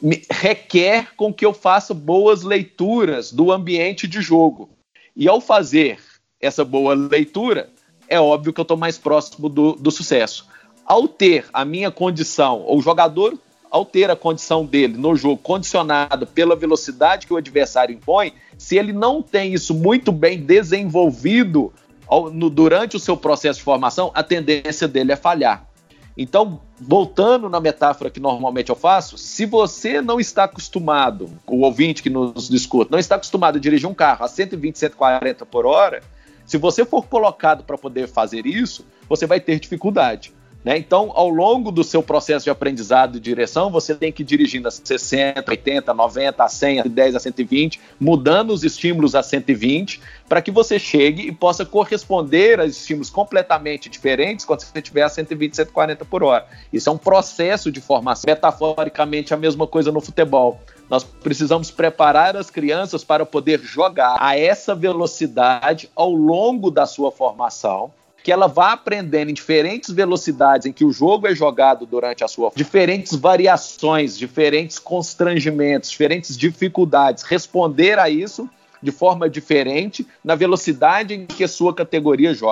requer com que eu faça boas leituras do ambiente de jogo. E ao fazer essa boa leitura, é óbvio que eu estou mais próximo do sucesso. Ao ter a minha condição, ou o jogador, ao ter a condição dele no jogo condicionado pela velocidade que o adversário impõe, se ele não tem isso muito bem desenvolvido durante o seu processo de formação, a tendência dele é falhar. Então, voltando na metáfora que normalmente eu faço, se você não está acostumado, o ouvinte que nos discute, não está acostumado a dirigir um carro a 120, 140 por hora, se você for colocado para poder fazer isso, você vai ter dificuldade, né? Então, ao longo do seu processo de aprendizado e direção, você tem que ir dirigindo a 60, 80, 90, a 100, a 10, a 120, mudando os estímulos a 120, para que você chegue e possa corresponder a estímulos completamente diferentes quando você estiver a 120, 140 por hora. Isso é um processo de formação. Metaforicamente, a mesma coisa no futebol. Nós precisamos preparar as crianças para poder jogar a essa velocidade ao longo da sua formação, que ela vá aprendendo em diferentes velocidades em que o jogo é jogado durante a sua... diferentes variações, diferentes constrangimentos, diferentes dificuldades, responder a isso de forma diferente na velocidade em que a sua categoria joga.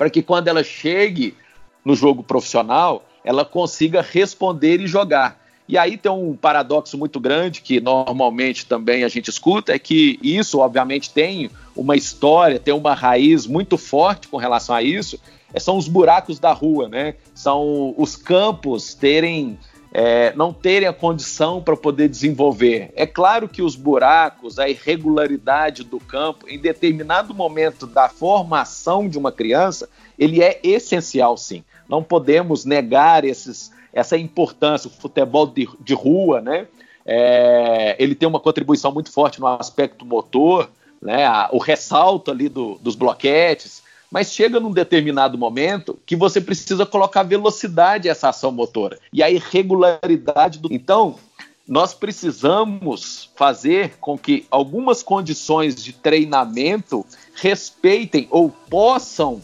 para que quando ela chegue no jogo profissional, ela consiga responder e jogar. E aí tem um paradoxo muito grande que normalmente também a gente escuta, é que isso obviamente tem uma história, tem uma raiz muito forte com relação a isso, são os buracos da rua, né? São os campos não terem a condição para poder desenvolver. É claro que os buracos, a irregularidade do campo, em determinado momento da formação de uma criança, ele é essencial, sim. Não podemos negar essa importância. O futebol de rua, né? Ele tem uma contribuição muito forte no aspecto motor, né? O ressalto ali dos bloquetes, mas chega num determinado momento que você precisa colocar velocidade a essa ação motora e a irregularidade Então, nós precisamos fazer com que algumas condições de treinamento respeitem ou possam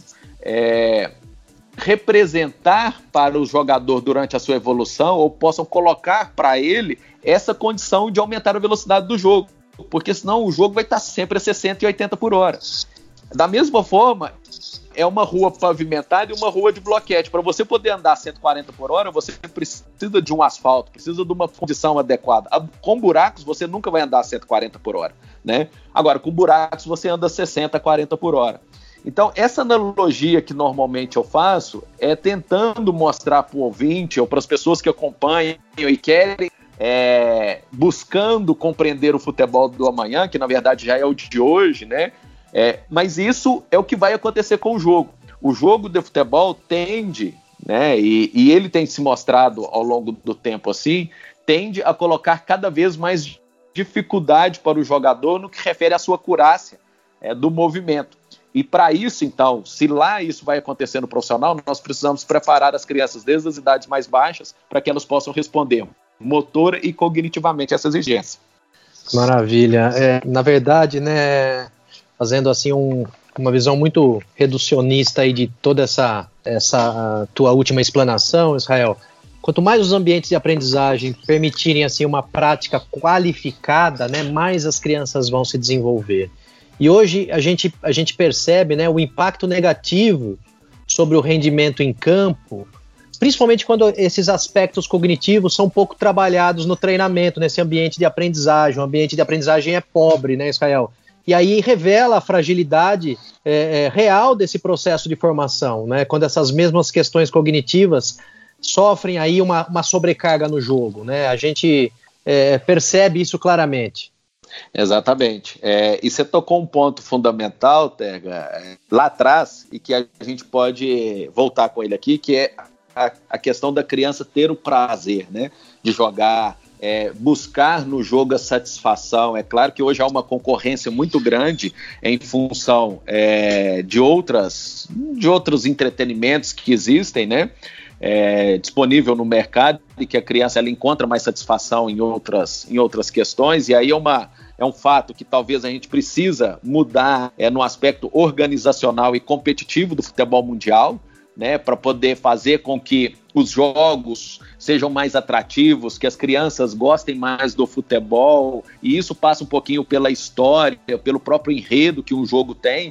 representar para o jogador durante a sua evolução, ou possam colocar para ele essa condição de aumentar a velocidade do jogo, porque senão o jogo vai estar sempre a 60 e 80 por hora. Da mesma forma, é uma rua pavimentada e uma rua de bloquete. Para você poder andar a 140 por hora, você precisa de um asfalto, precisa de uma condição adequada. Com buracos, você nunca vai andar a 140 por hora, né? Agora, com buracos, você anda a 60, 40 por hora. Então, essa analogia que normalmente eu faço é tentando mostrar para o ouvinte ou para as pessoas que acompanham e querem, buscando compreender o futebol do amanhã, que na verdade já é o de hoje, né? Mas isso é o que vai acontecer com o jogo. O jogo de futebol tende, né, e ele tem se mostrado ao longo do tempo assim, tende a colocar cada vez mais dificuldade para o jogador no que refere à sua acurácia do movimento. E para isso, então, se lá isso vai acontecer no profissional, nós precisamos preparar as crianças desde as idades mais baixas para que elas possam responder motora e cognitivamente a essa exigência. Maravilha. Na verdade, né, fazendo assim uma visão muito reducionista aí de toda essa tua última explanação, Israel, quanto mais os ambientes de aprendizagem permitirem assim uma prática qualificada, né, mais as crianças vão se desenvolver. E hoje a gente percebe, né, o impacto negativo sobre o rendimento em campo, principalmente quando esses aspectos cognitivos são pouco trabalhados no treinamento, nesse ambiente de aprendizagem. O ambiente de aprendizagem é pobre, né, Israel? E aí revela a fragilidade real desse processo de formação, né? Quando essas mesmas questões cognitivas sofrem aí uma sobrecarga no jogo, né? A gente percebe isso claramente. Exatamente. E você tocou um ponto fundamental, Terga, lá atrás, e que a gente pode voltar com ele aqui, que é a questão da criança ter o prazer, né, de jogar, buscar no jogo a satisfação. É claro que hoje há uma concorrência muito grande em função de outros entretenimentos que existem, né, disponível no mercado, e que a criança ela encontra mais satisfação em outras questões, e aí é um fato que talvez a gente precisa mudar no aspecto organizacional e competitivo do futebol mundial, né, para poder fazer com que os jogos sejam mais atrativos, que as crianças gostem mais do futebol, e isso passa um pouquinho pela história, pelo próprio enredo que um jogo tem,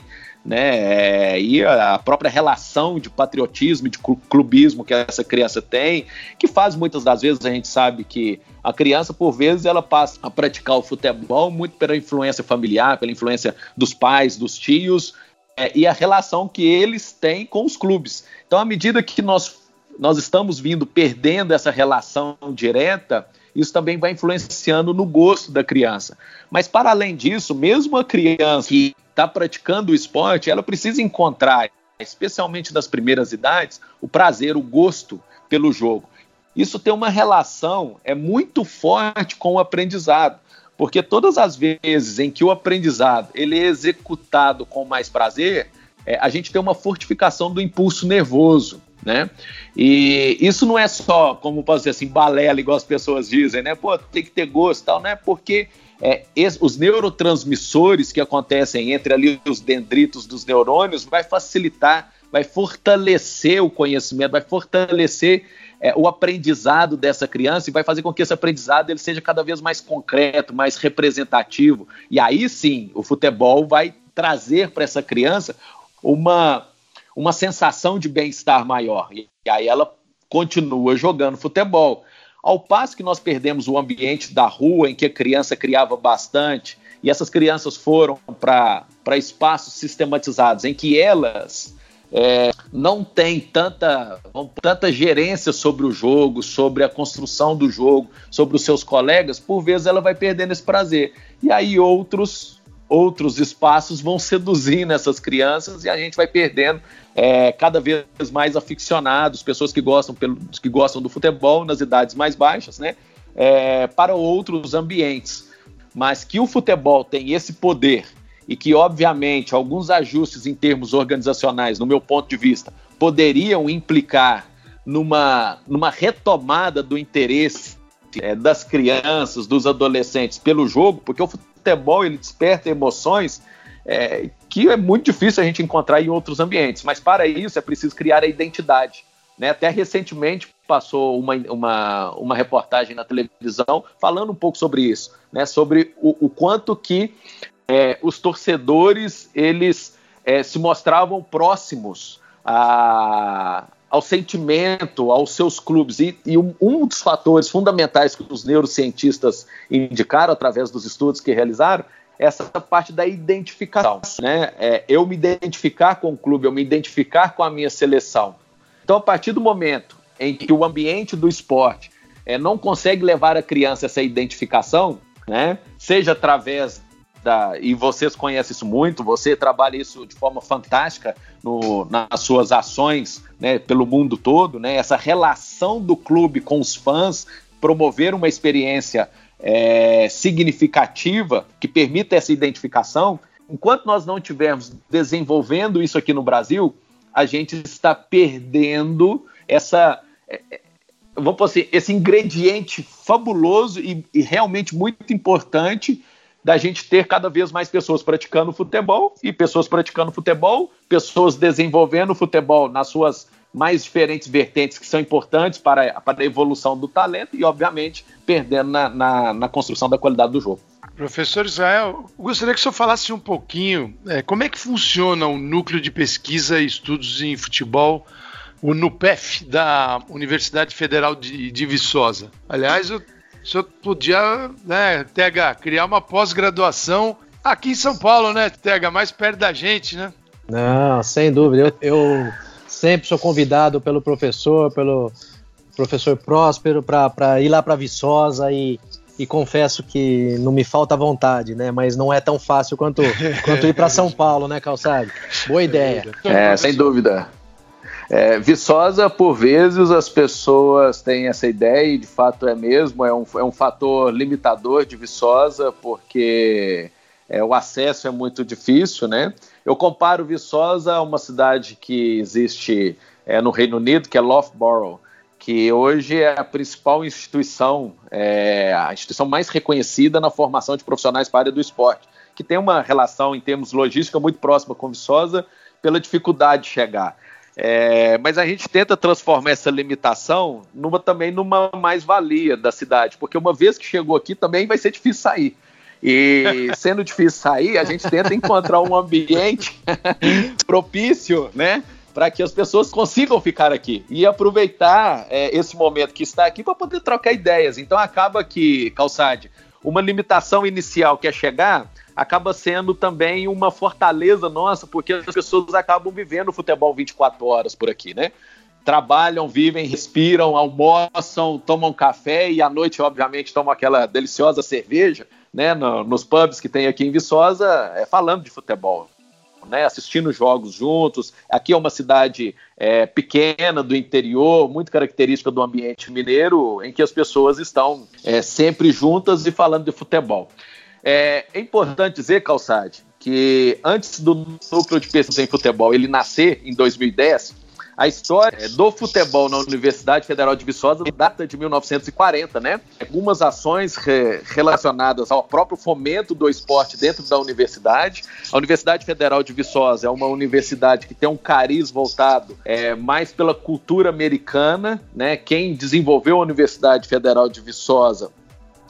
né, e a própria relação de patriotismo e de clubismo que essa criança tem, que faz muitas das vezes, a gente sabe que a criança, por vezes, ela passa a praticar o futebol muito pela influência familiar, pela influência dos pais, dos tios, e a relação que eles têm com os clubes. Então, à medida que nós estamos perdendo essa relação direta, isso também vai influenciando no gosto da criança. Mas, para além disso, mesmo a criança que está praticando o esporte, ela precisa encontrar, especialmente nas primeiras idades, o prazer, o gosto pelo jogo. Isso tem uma relação muito forte com o aprendizado, porque todas as vezes em que o aprendizado ele é executado com mais prazer, a gente tem uma fortificação do impulso nervoso, né? E isso não é só, como posso dizer assim, balela, igual as pessoas dizem, né? Pô, tem que ter gosto e tal, né? Porque os neurotransmissores que acontecem entre ali os dendritos dos neurônios vai facilitar, vai fortalecer o conhecimento, vai fortalecer o aprendizado dessa criança, e vai fazer com que esse aprendizado ele seja cada vez mais concreto, mais representativo. E aí sim, o futebol vai trazer para essa criança uma uma sensação de bem-estar maior. E aí ela continua jogando futebol. Ao passo que nós perdemos o ambiente da rua, em que a criança criava bastante, e essas crianças foram para espaços sistematizados, em que elas não têm tanta gerência sobre o jogo, sobre a construção do jogo, sobre os seus colegas, por vezes ela vai perdendo esse prazer. E aí outros espaços vão seduzindo essas crianças e a gente vai perdendo cada vez mais aficionados, pessoas que gostam do futebol nas idades mais baixas, né, para outros ambientes. Mas que o futebol tem esse poder e que, obviamente, alguns ajustes em termos organizacionais, no meu ponto de vista, poderiam implicar numa retomada do interesse das crianças, dos adolescentes pelo jogo, porque o futebol ele desperta emoções que é muito difícil a gente encontrar em outros ambientes, mas para isso é preciso criar a identidade, né? Até recentemente passou uma reportagem na televisão falando um pouco sobre isso, né? Sobre o quanto que os torcedores eles se mostravam próximos ao sentimento, aos seus clubes. E um dos fatores fundamentais que os neurocientistas indicaram através dos estudos que realizaram é essa parte da identificação, né? Eu me identificar com o clube, eu me identificar com a minha seleção. Então, a partir do momento em que o ambiente do esporte não consegue levar a criança essa identificação, né? Seja através e vocês conhecem isso muito, você trabalha isso de forma fantástica nas suas ações, né, pelo mundo todo, né, essa relação do clube com os fãs, promover uma experiência significativa que permita essa identificação. Enquanto nós não estivermos desenvolvendo isso aqui no Brasil, a gente está perdendo vamos dizer, esse ingrediente fabuloso e realmente muito importante da gente ter cada vez mais pessoas praticando futebol, e pessoas praticando futebol, pessoas desenvolvendo futebol nas suas mais diferentes vertentes que são importantes para a evolução do talento e, obviamente, perdendo na construção da qualidade do jogo. Professor Israel, eu gostaria que o senhor falasse um pouquinho como é que funciona o Núcleo de Pesquisa e Estudos em Futebol, o NUPEF, da Universidade Federal de Viçosa. Aliás, o senhor podia, né, TH, criar uma pós-graduação aqui em São Paulo, né, TH, mais perto da gente, né? Não, sem dúvida. Eu sempre sou convidado pelo professor Próspero para ir lá para Viçosa e confesso que não me falta vontade, né? Mas não é tão fácil quanto ir para São Paulo, né, Calçade? Boa ideia. Sem dúvida. Viçosa, por vezes, as pessoas têm essa ideia e de fato é mesmo, é um fator limitador de Viçosa, porque o acesso é muito difícil, né? Eu comparo Viçosa a uma cidade que existe no Reino Unido, que é Loughborough, que hoje é a principal instituição, a instituição mais reconhecida na formação de profissionais para a área do esporte, que tem uma relação em termos logística muito próxima com Viçosa pela dificuldade de chegar. Mas a gente tenta transformar essa limitação também numa mais-valia da cidade, porque uma vez que chegou aqui também vai ser difícil sair. E sendo difícil sair, a gente tenta encontrar um ambiente propício, né, para que as pessoas consigam ficar aqui e aproveitar esse momento que está aqui para poder trocar ideias. Então acaba que, Calçade, uma limitação inicial que é chegar, acaba sendo também uma fortaleza nossa, porque as pessoas acabam vivendo o futebol 24 horas por aqui, né? Trabalham, vivem, respiram, almoçam, tomam café e à noite, obviamente, tomam aquela deliciosa cerveja, né? Nos pubs que tem aqui em Viçosa, falando de futebol, né? Assistindo jogos juntos. Aqui é uma cidade pequena do interior, muito característica do ambiente mineiro, em que as pessoas estão sempre juntas e falando de futebol. É importante dizer, Calçade, que antes do Núcleo de Pesquisa em Futebol ele nascer, em 2010, a história do futebol na Universidade Federal de Viçosa data de 1940, né? Algumas ações relacionadas ao próprio fomento do esporte dentro da universidade. A Universidade Federal de Viçosa é uma universidade que tem um cariz voltado mais pela cultura americana, né? Quem desenvolveu a Universidade Federal de Viçosa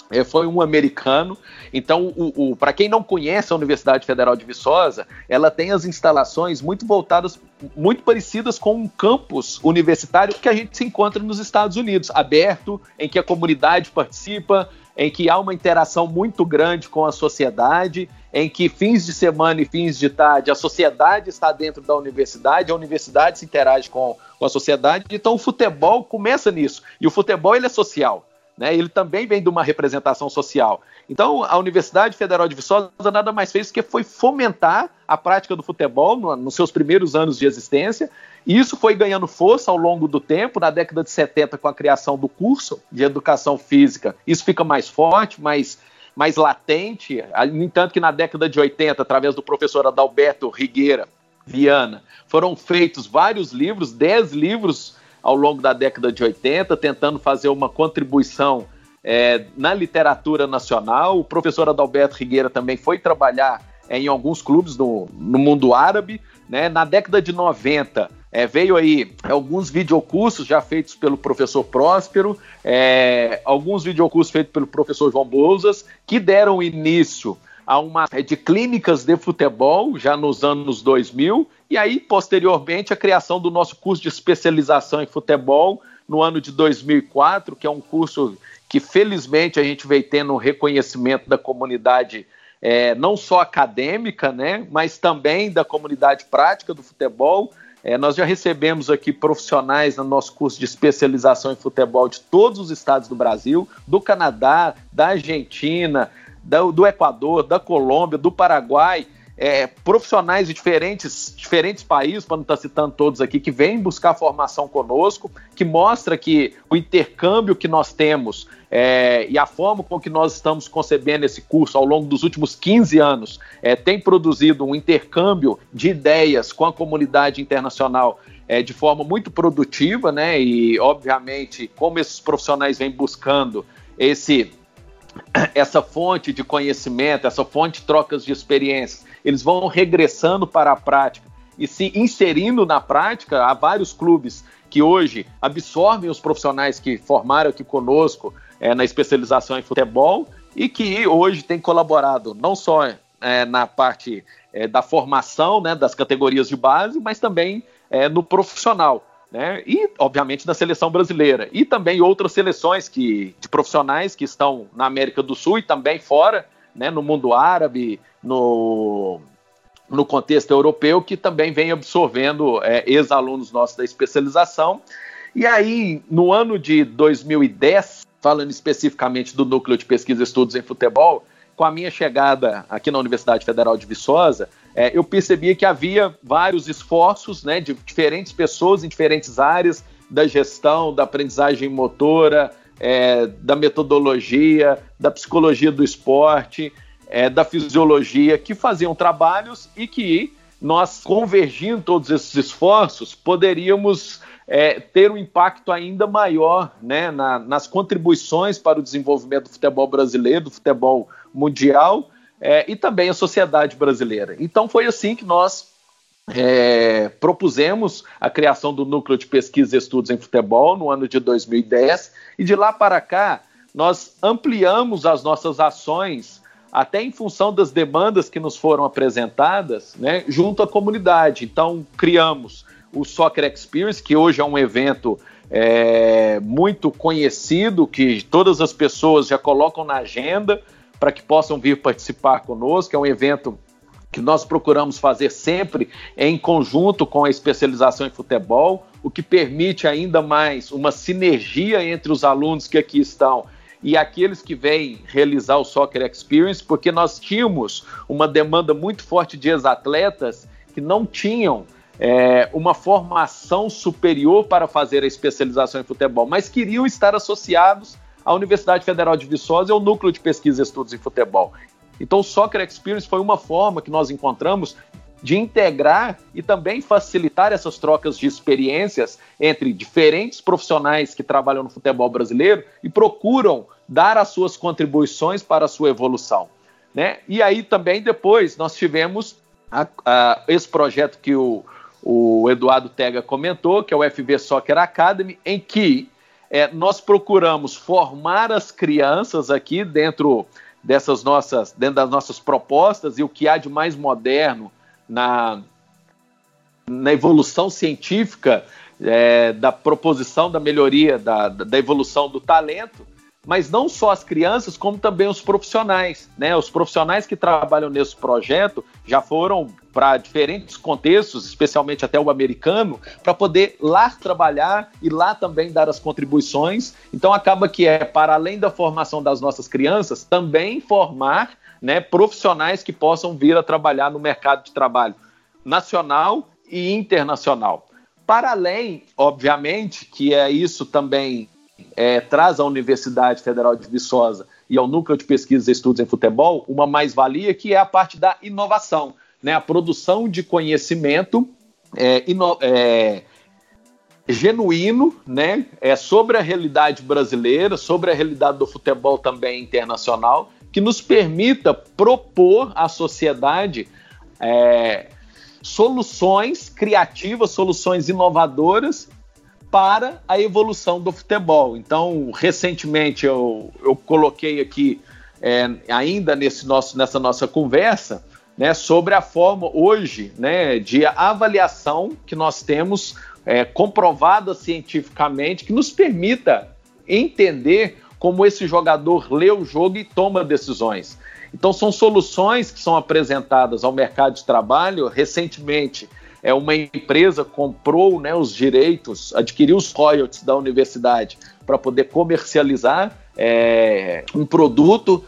foi um americano. Então, para quem não conhece a Universidade Federal de Viçosa, ela tem as instalações muito voltadas, muito parecidas com um campus universitário que a gente se encontra nos Estados Unidos, aberto, em que a comunidade participa, em que há uma interação muito grande com a sociedade, em que fins de semana e fins de tarde a sociedade está dentro da universidade, a universidade se interage com a sociedade. Então, o futebol começa nisso, e o futebol ele é social. Né, ele também vem de uma representação social. Então, a Universidade Federal de Viçosa nada mais fez do que foi fomentar a prática do futebol nos seus primeiros anos de existência, e isso foi ganhando força ao longo do tempo. Na década de 70, com a criação do curso de Educação Física, isso fica mais forte, mais latente. No entanto, que na década de 80, através do professor Adalberto Rigueira Viana, foram feitos vários livros, 10 livros ao longo da década de 80, tentando fazer uma contribuição na literatura nacional. O professor Adalberto Rigueira também foi trabalhar em alguns clubes no mundo árabe. Né? Na década de 90, veio aí alguns videocursos já feitos pelo professor Próspero, alguns videocursos feitos pelo professor João Bouzas, que deram início a uma de clínicas de futebol já nos anos 2000, e aí, posteriormente, a criação do nosso curso de especialização em futebol no ano de 2004, que é um curso que, felizmente, a gente veio tendo um reconhecimento da comunidade, não só acadêmica, né, mas também da comunidade prática do futebol. Nós já recebemos aqui profissionais no nosso curso de especialização em futebol de todos os estados do Brasil, do Canadá, da Argentina, do Equador, da Colômbia, do Paraguai, profissionais de diferentes países, para não estar citando todos aqui, que vêm buscar formação conosco, que mostra que o intercâmbio que nós temos e a forma com que nós estamos concebendo esse curso ao longo dos últimos 15 anos tem produzido um intercâmbio de ideias com a comunidade internacional de forma muito produtiva, né? E, obviamente, como esses profissionais vêm buscando essa fonte de conhecimento, essa fonte de trocas de experiências, eles vão regressando para a prática e se inserindo na prática. Há vários clubes que hoje absorvem os profissionais que formaram aqui conosco na especialização em futebol e que hoje têm colaborado não só na parte da formação, né, das categorias de base, mas também no profissional. Né? E, obviamente, da seleção brasileira. E também outras seleções de profissionais que estão na América do Sul e também fora, né, no mundo árabe, no contexto europeu, que também vem absorvendo ex-alunos nossos da especialização. E aí, no ano de 2010, falando especificamente do Núcleo de Pesquisa e Estudos em Futebol, com a minha chegada aqui na Universidade Federal de Viçosa, eu percebia que havia vários esforços, né, de diferentes pessoas em diferentes áreas da gestão, da aprendizagem motora, da metodologia, da psicologia do esporte, da fisiologia, que faziam trabalhos e que nós, convergindo todos esses esforços, poderíamos ter um impacto ainda maior, né, nas contribuições para o desenvolvimento do futebol brasileiro, do futebol mundial, e também a sociedade brasileira. Então foi assim que nós propusemos a criação do Núcleo de Pesquisa e Estudos em Futebol no ano de 2010, e de lá para cá nós ampliamos as nossas ações até em função das demandas que nos foram apresentadas, né, junto à comunidade. Então criamos o Soccer Experience, que hoje é um evento muito conhecido, que todas as pessoas já colocam na agenda para que possam vir participar conosco. É um evento que nós procuramos fazer sempre em conjunto com a especialização em futebol, o que permite ainda mais uma sinergia entre os alunos que aqui estão e aqueles que vêm realizar o Soccer Experience, porque nós tínhamos uma demanda muito forte de ex-atletas que não tinham uma formação superior para fazer a especialização em futebol, mas queriam estar associados à Universidade Federal de Viçosa e ao Núcleo de Pesquisa e Estudos em Futebol. Então o Soccer Experience foi uma forma que nós encontramos de integrar e também facilitar essas trocas de experiências entre diferentes profissionais que trabalham no futebol brasileiro e procuram dar as suas contribuições para a sua evolução, né? E aí também depois nós tivemos esse projeto que o Eduardo Tega comentou, que é o FV Soccer Academy, em que nós procuramos formar as crianças aqui dentro das nossas propostas, e o que há de mais moderno na evolução científica, da proposição da melhoria, da evolução do talento, mas não só as crianças, como também os profissionais, né? Os profissionais que trabalham nesse projeto já foram para diferentes contextos, especialmente até o americano, para poder lá trabalhar e lá também dar as contribuições. Então acaba que para além da formação das nossas crianças, também formar, né, profissionais que possam vir a trabalhar no mercado de trabalho nacional e internacional. Para além, obviamente, que isso também traz à Universidade Federal de Viçosa e ao Núcleo de Pesquisas e Estudos em Futebol uma mais-valia, que é a parte da inovação, né? A produção de conhecimento genuíno, né? Sobre a realidade brasileira, sobre a realidade do futebol também internacional, que nos permita propor à sociedade soluções criativas, soluções inovadoras para a evolução do futebol. Então, recentemente eu coloquei aqui, ainda nessa nossa conversa, né, sobre a forma hoje, né, de avaliação que nós temos comprovada cientificamente, que nos permita entender como esse jogador lê o jogo e toma decisões. Então, são soluções que são apresentadas ao mercado de trabalho. Recentemente, uma empresa comprou, né, os direitos, adquiriu os royalties da universidade para poder comercializar um produto,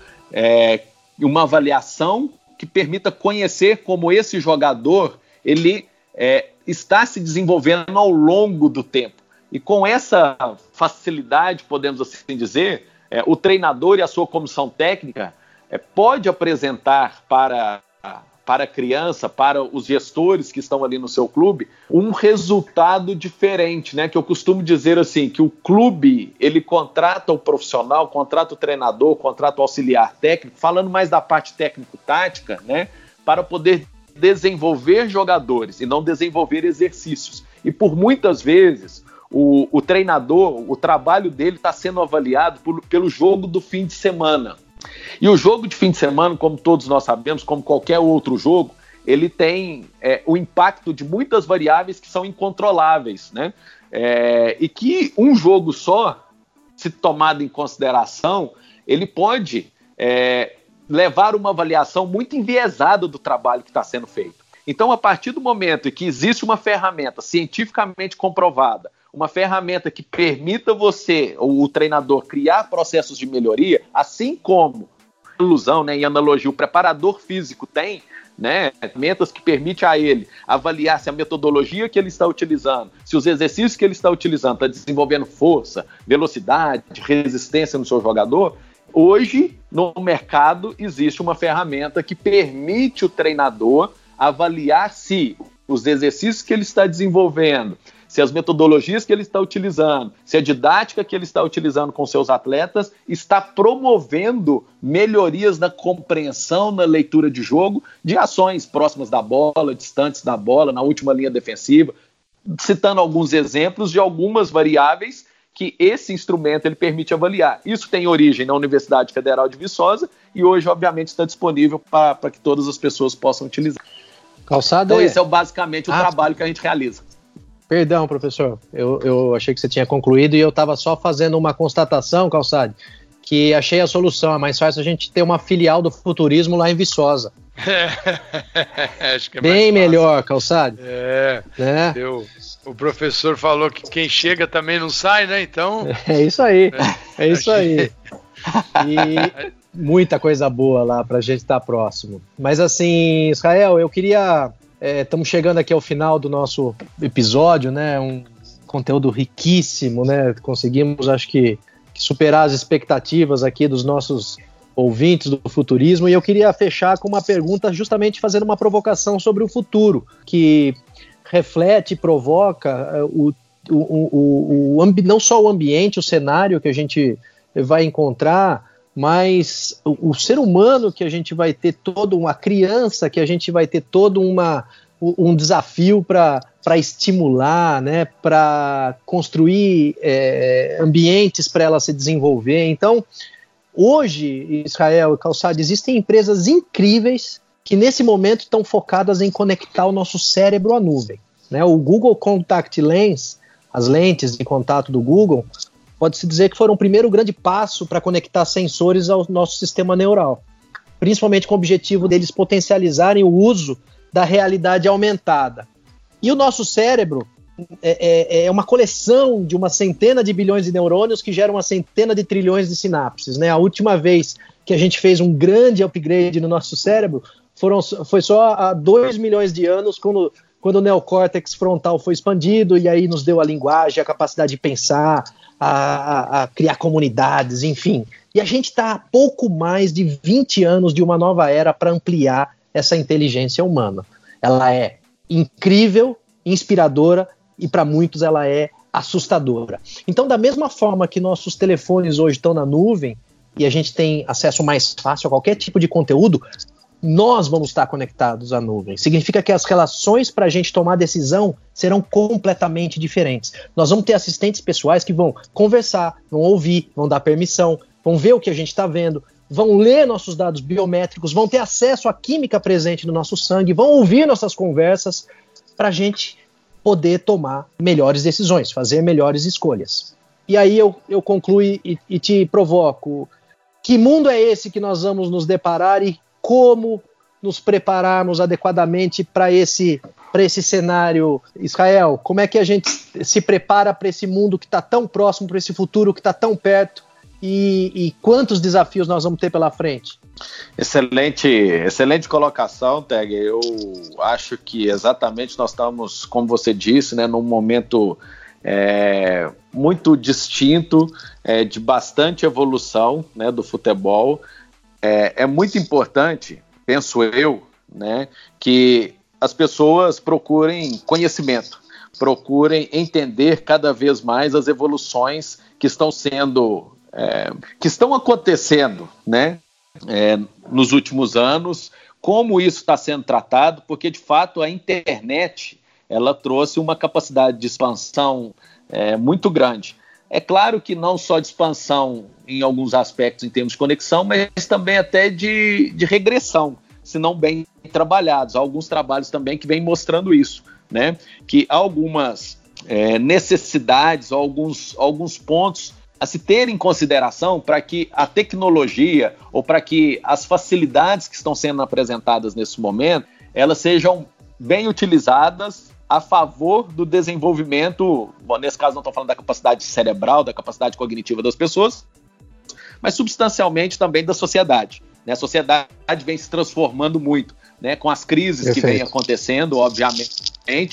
uma avaliação que permita conhecer como esse jogador ele está se desenvolvendo ao longo do tempo. E com essa facilidade, podemos assim dizer, o treinador e a sua comissão técnica pode apresentar para a criança, para os gestores que estão ali no seu clube, um resultado diferente, né? Que eu costumo dizer assim, que o clube, ele contrata o profissional, contrata o treinador, contrata o auxiliar técnico, falando mais da parte técnico-tática, né? Para poder desenvolver jogadores e não desenvolver exercícios. E por muitas vezes, o treinador, o trabalho dele está sendo avaliado pelo jogo do fim de semana. E o jogo de fim de semana, como todos nós sabemos, como qualquer outro jogo, ele tem o impacto de muitas variáveis que são incontroláveis, né? E que um jogo só, se tomado em consideração, ele pode levar uma avaliação muito enviesada do trabalho que está sendo feito. Então, a partir do momento em que existe uma ferramenta cientificamente comprovada, uma ferramenta que permita você, o treinador, criar processos de melhoria, assim como, ilusão, né, em analogia, o preparador físico tem, né, ferramentas que permitem a ele avaliar se a metodologia que ele está utilizando, se os exercícios que ele está utilizando está desenvolvendo força, velocidade, resistência no seu jogador. Hoje, no mercado, existe uma ferramenta que permite o treinador avaliar se os exercícios que ele está desenvolvendo, se as metodologias que ele está utilizando, se a didática que ele está utilizando com seus atletas está promovendo melhorias na compreensão, na leitura de jogo, de ações próximas da bola, distantes da bola, na última linha defensiva, citando alguns exemplos de algumas variáveis que esse instrumento ele permite avaliar. Isso tem origem na Universidade Federal de Viçosa e hoje, obviamente, está disponível para que todas as pessoas possam utilizar. Calçado. Então, esse é basicamente o trabalho que a gente realiza. Perdão, professor, eu achei que você tinha concluído e eu estava só fazendo uma constatação, Calçade, que achei a solução. É mais fácil a gente ter uma filial do futurismo lá em Viçosa. Acho que é bem melhor, Calçade. Né? O professor falou que quem chega também não sai, né? Então. É isso aí, é isso aí. E muita coisa boa lá para a gente estar próximo. Mas assim, Israel, eu queria. Estamos chegando aqui ao final do nosso episódio, né? Um conteúdo riquíssimo, né? Conseguimos, acho que superar as expectativas aqui dos nossos ouvintes do futurismo, e eu queria fechar com uma pergunta, justamente fazendo uma provocação sobre o futuro, que reflete e provoca não só o ambiente, o cenário que a gente vai encontrar, mas o ser humano que a gente vai ter a criança que a gente vai ter toda uma um desafio para estimular, né, para construir ambientes para ela se desenvolver. Então, hoje, Israel e Calçade, existem empresas incríveis que nesse momento estão focadas em conectar o nosso cérebro à nuvem, né? O Google Contact Lens, as lentes de contato do Google, pode-se dizer que foram o primeiro grande passo para conectar sensores ao nosso sistema neural, principalmente com o objetivo deles potencializarem o uso da realidade aumentada. E o nosso cérebro é uma coleção de uma centena de bilhões de neurônios que geram uma centena de trilhões de sinapses, né? A última vez que a gente fez um grande upgrade no nosso cérebro foi só há 2 milhões de anos, quando o neocórtex frontal foi expandido e aí nos deu a linguagem, a capacidade de pensar, a criar comunidades, enfim. E a gente está há pouco mais de 20 anos de uma nova era para ampliar essa inteligência humana. Ela é incrível, inspiradora e para muitos ela é assustadora. Então, da mesma forma que nossos telefones hoje estão na nuvem e a gente tem acesso mais fácil a qualquer tipo de conteúdo, nós vamos estar conectados à nuvem. Significa que as relações para a gente tomar decisão serão completamente diferentes. Nós vamos ter assistentes pessoais que vão conversar, vão ouvir, vão dar permissão, vão ver o que a gente está vendo, vão ler nossos dados biométricos, vão ter acesso à química presente no nosso sangue, vão ouvir nossas conversas para a gente poder tomar melhores decisões, fazer melhores escolhas. E aí eu concluo e te provoco. Que mundo é esse que nós vamos nos deparar e como nos prepararmos adequadamente para esse cenário? Israel, como é que a gente se prepara para esse mundo que está tão próximo, para esse futuro que está tão perto, e quantos desafios nós vamos ter pela frente? Excelente colocação, Teg. Eu acho que exatamente nós estamos, como você disse, né, num momento muito distinto, de bastante evolução, né, do futebol. É muito importante, penso eu, né, que as pessoas procurem conhecimento, procurem entender cada vez mais as evoluções que estão acontecendo, né, nos últimos anos, como isso está sendo tratado, porque de fato a internet ela trouxe uma capacidade de expansão muito grande. É claro que não só de expansão em alguns aspectos em termos de conexão, mas também até de regressão, se não bem trabalhados. Há alguns trabalhos também que vêm mostrando isso, né? Que há algumas necessidades, alguns pontos a se ter em consideração para que a tecnologia ou para que as facilidades que estão sendo apresentadas nesse momento, elas sejam bem utilizadas a favor do desenvolvimento, nesse caso não estou falando da capacidade cerebral, da capacidade cognitiva das pessoas, mas substancialmente também da sociedade, né? A sociedade vem se transformando muito, né? Com as crises que vêm acontecendo, obviamente,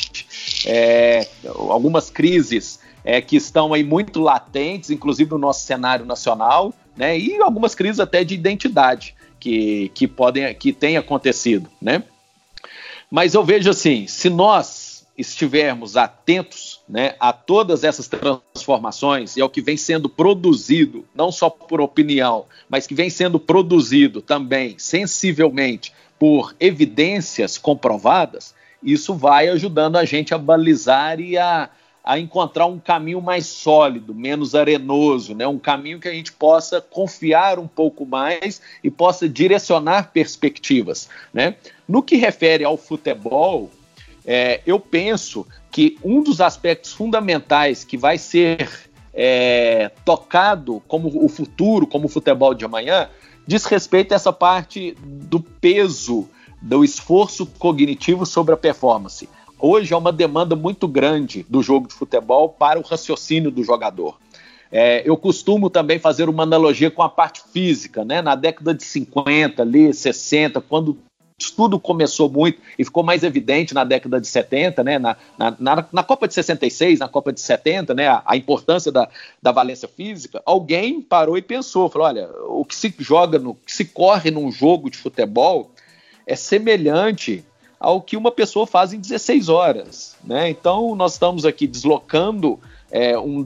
algumas crises que estão aí muito latentes, inclusive no nosso cenário nacional, né? E algumas crises até de identidade que têm acontecido, né? Mas eu vejo assim, se nós estivermos atentos, né, a todas essas transformações e ao que vem sendo produzido, não só por opinião, mas que vem sendo produzido também sensivelmente por evidências comprovadas, isso vai ajudando a gente a balizar e a encontrar um caminho mais sólido, menos arenoso, né, um caminho que a gente possa confiar um pouco mais e possa direcionar perspectivas, né? No que refere ao futebol, eu penso que um dos aspectos fundamentais que vai ser tocado como o futuro, como o futebol de amanhã, diz respeito a essa parte do peso, do esforço cognitivo sobre a performance. Hoje é uma demanda muito grande do jogo de futebol para o raciocínio do jogador. Eu costumo também fazer uma analogia com a parte física, né? Na década de 50, ali, 60, quando tudo começou muito e ficou mais evidente na década de 70, né? Na Copa de 66, na Copa de 70, né? A importância da valência física, alguém parou e pensou, falou, olha, o que se joga, o que se corre num jogo de futebol é semelhante ao que uma pessoa faz em 16 horas, né? Então nós estamos aqui deslocando num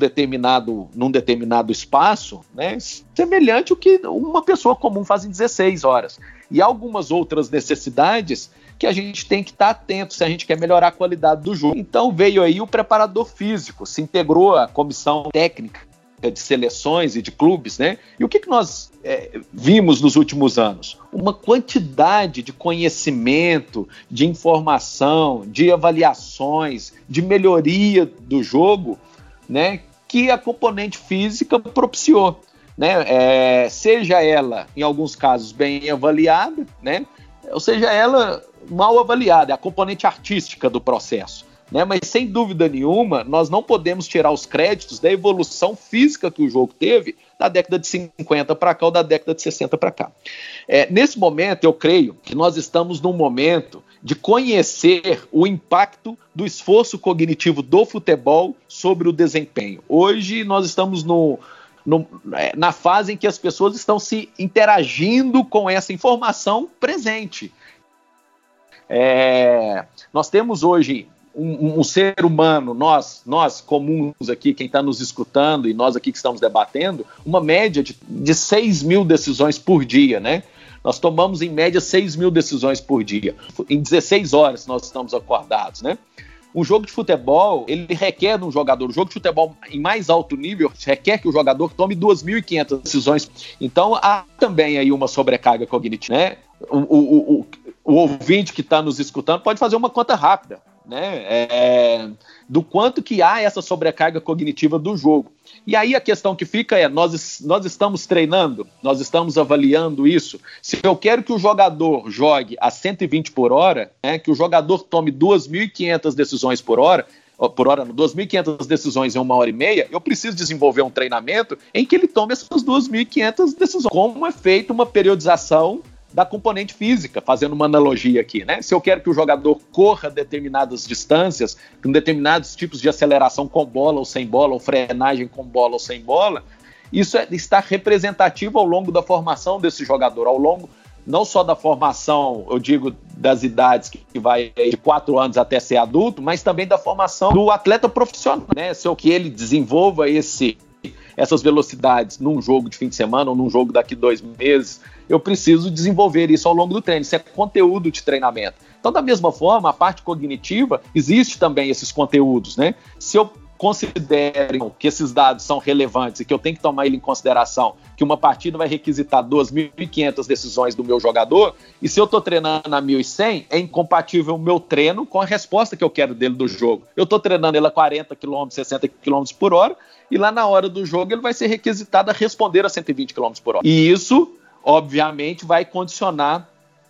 determinado espaço, né, semelhante ao que uma pessoa comum faz em 16 horas. e algumas outras necessidades que a gente tem que estar atento se a gente quer melhorar a qualidade do jogo. Então veio aí o preparador físico, se integrou à comissão técnica de seleções e de clubes, né? E o que nós vimos nos últimos anos? Uma quantidade de conhecimento, de informação, de avaliações, de melhoria do jogo, né? Que a componente física propiciou, né? Seja ela, em alguns casos, bem avaliada, né? Ou seja ela mal avaliada, é a componente artística do processo, né? Mas sem dúvida nenhuma, nós não podemos tirar os créditos da evolução física que o jogo teve da década de 50 para cá ou da década de 60 para cá. Nesse momento, eu creio que nós estamos num momento de conhecer o impacto do esforço cognitivo do futebol sobre o desempenho. Hoje nós estamos na fase em que as pessoas estão se interagindo com essa informação presente. Nós temos hoje um ser humano, nós comuns aqui, quem está nos escutando e nós aqui que estamos debatendo, uma média de 6 mil decisões por dia, né? Nós tomamos em média 6 mil decisões por dia. Em 16 horas nós estamos acordados, né? Um jogo de futebol, ele requer de um jogador, um jogo de futebol em mais alto nível, requer que o jogador tome 2.500 decisões. Então, há também aí uma sobrecarga cognitiva, né? O ouvinte que está nos escutando pode fazer uma conta rápida, né? Do quanto que há essa sobrecarga cognitiva do jogo. E aí a questão que fica nós estamos treinando, nós estamos avaliando isso. Se eu quero que o jogador jogue a 120 por hora, né, que o jogador tome 2.500 decisões por hora, 2.500 decisões em 1h30, eu preciso desenvolver um treinamento em que ele tome essas 2.500 decisões. Como é feita uma periodização da componente física, fazendo uma analogia aqui, né? Se eu quero que o jogador corra determinadas distâncias, com determinados tipos de aceleração com bola ou sem bola, ou frenagem com bola ou sem bola, isso está representativo ao longo da formação desse jogador, ao longo não só da formação, eu digo, das idades que vai de 4 anos até ser adulto, mas também da formação do atleta profissional, né? Se eu que ele desenvolva essas velocidades num jogo de fim de semana ou num jogo daqui 2 meses, eu preciso desenvolver isso ao longo do treino. Isso é conteúdo de treinamento. Então, da mesma forma, a parte cognitiva, existe também esses conteúdos, né? Se eu considero que esses dados são relevantes e que eu tenho que tomar ele em consideração, que uma partida vai requisitar 2.500 decisões do meu jogador, e se eu estou treinando a 1.100, é incompatível o meu treino com a resposta que eu quero dele do jogo. Eu estou treinando ele a 40 km, 60 km por hora, e lá na hora do jogo ele vai ser requisitado a responder a 120 km por hora. E isso, obviamente, vai condicionar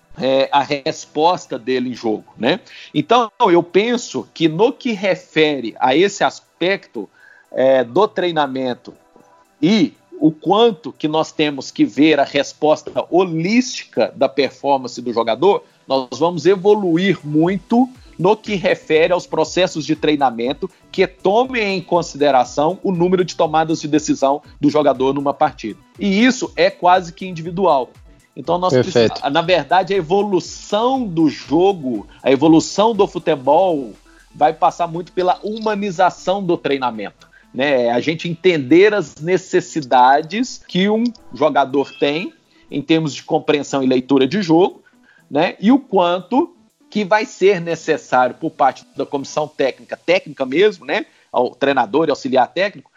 a resposta dele em jogo, né? Então, eu penso que no que refere a esse aspecto do treinamento e o quanto que nós temos que ver a resposta holística da performance do jogador, nós vamos evoluir muito no que refere aos processos de treinamento que tomem em consideração o número de tomadas de decisão do jogador numa partida. E isso é quase que individual. Então nós precisamos, na verdade, a evolução do jogo, a evolução do futebol vai passar muito pela humanização do treinamento, né? A gente entender as necessidades que um jogador tem em termos de compreensão e leitura de jogo, né? E o quanto que vai ser necessário por parte da comissão técnica mesmo, né? Ao treinador e auxiliar técnico,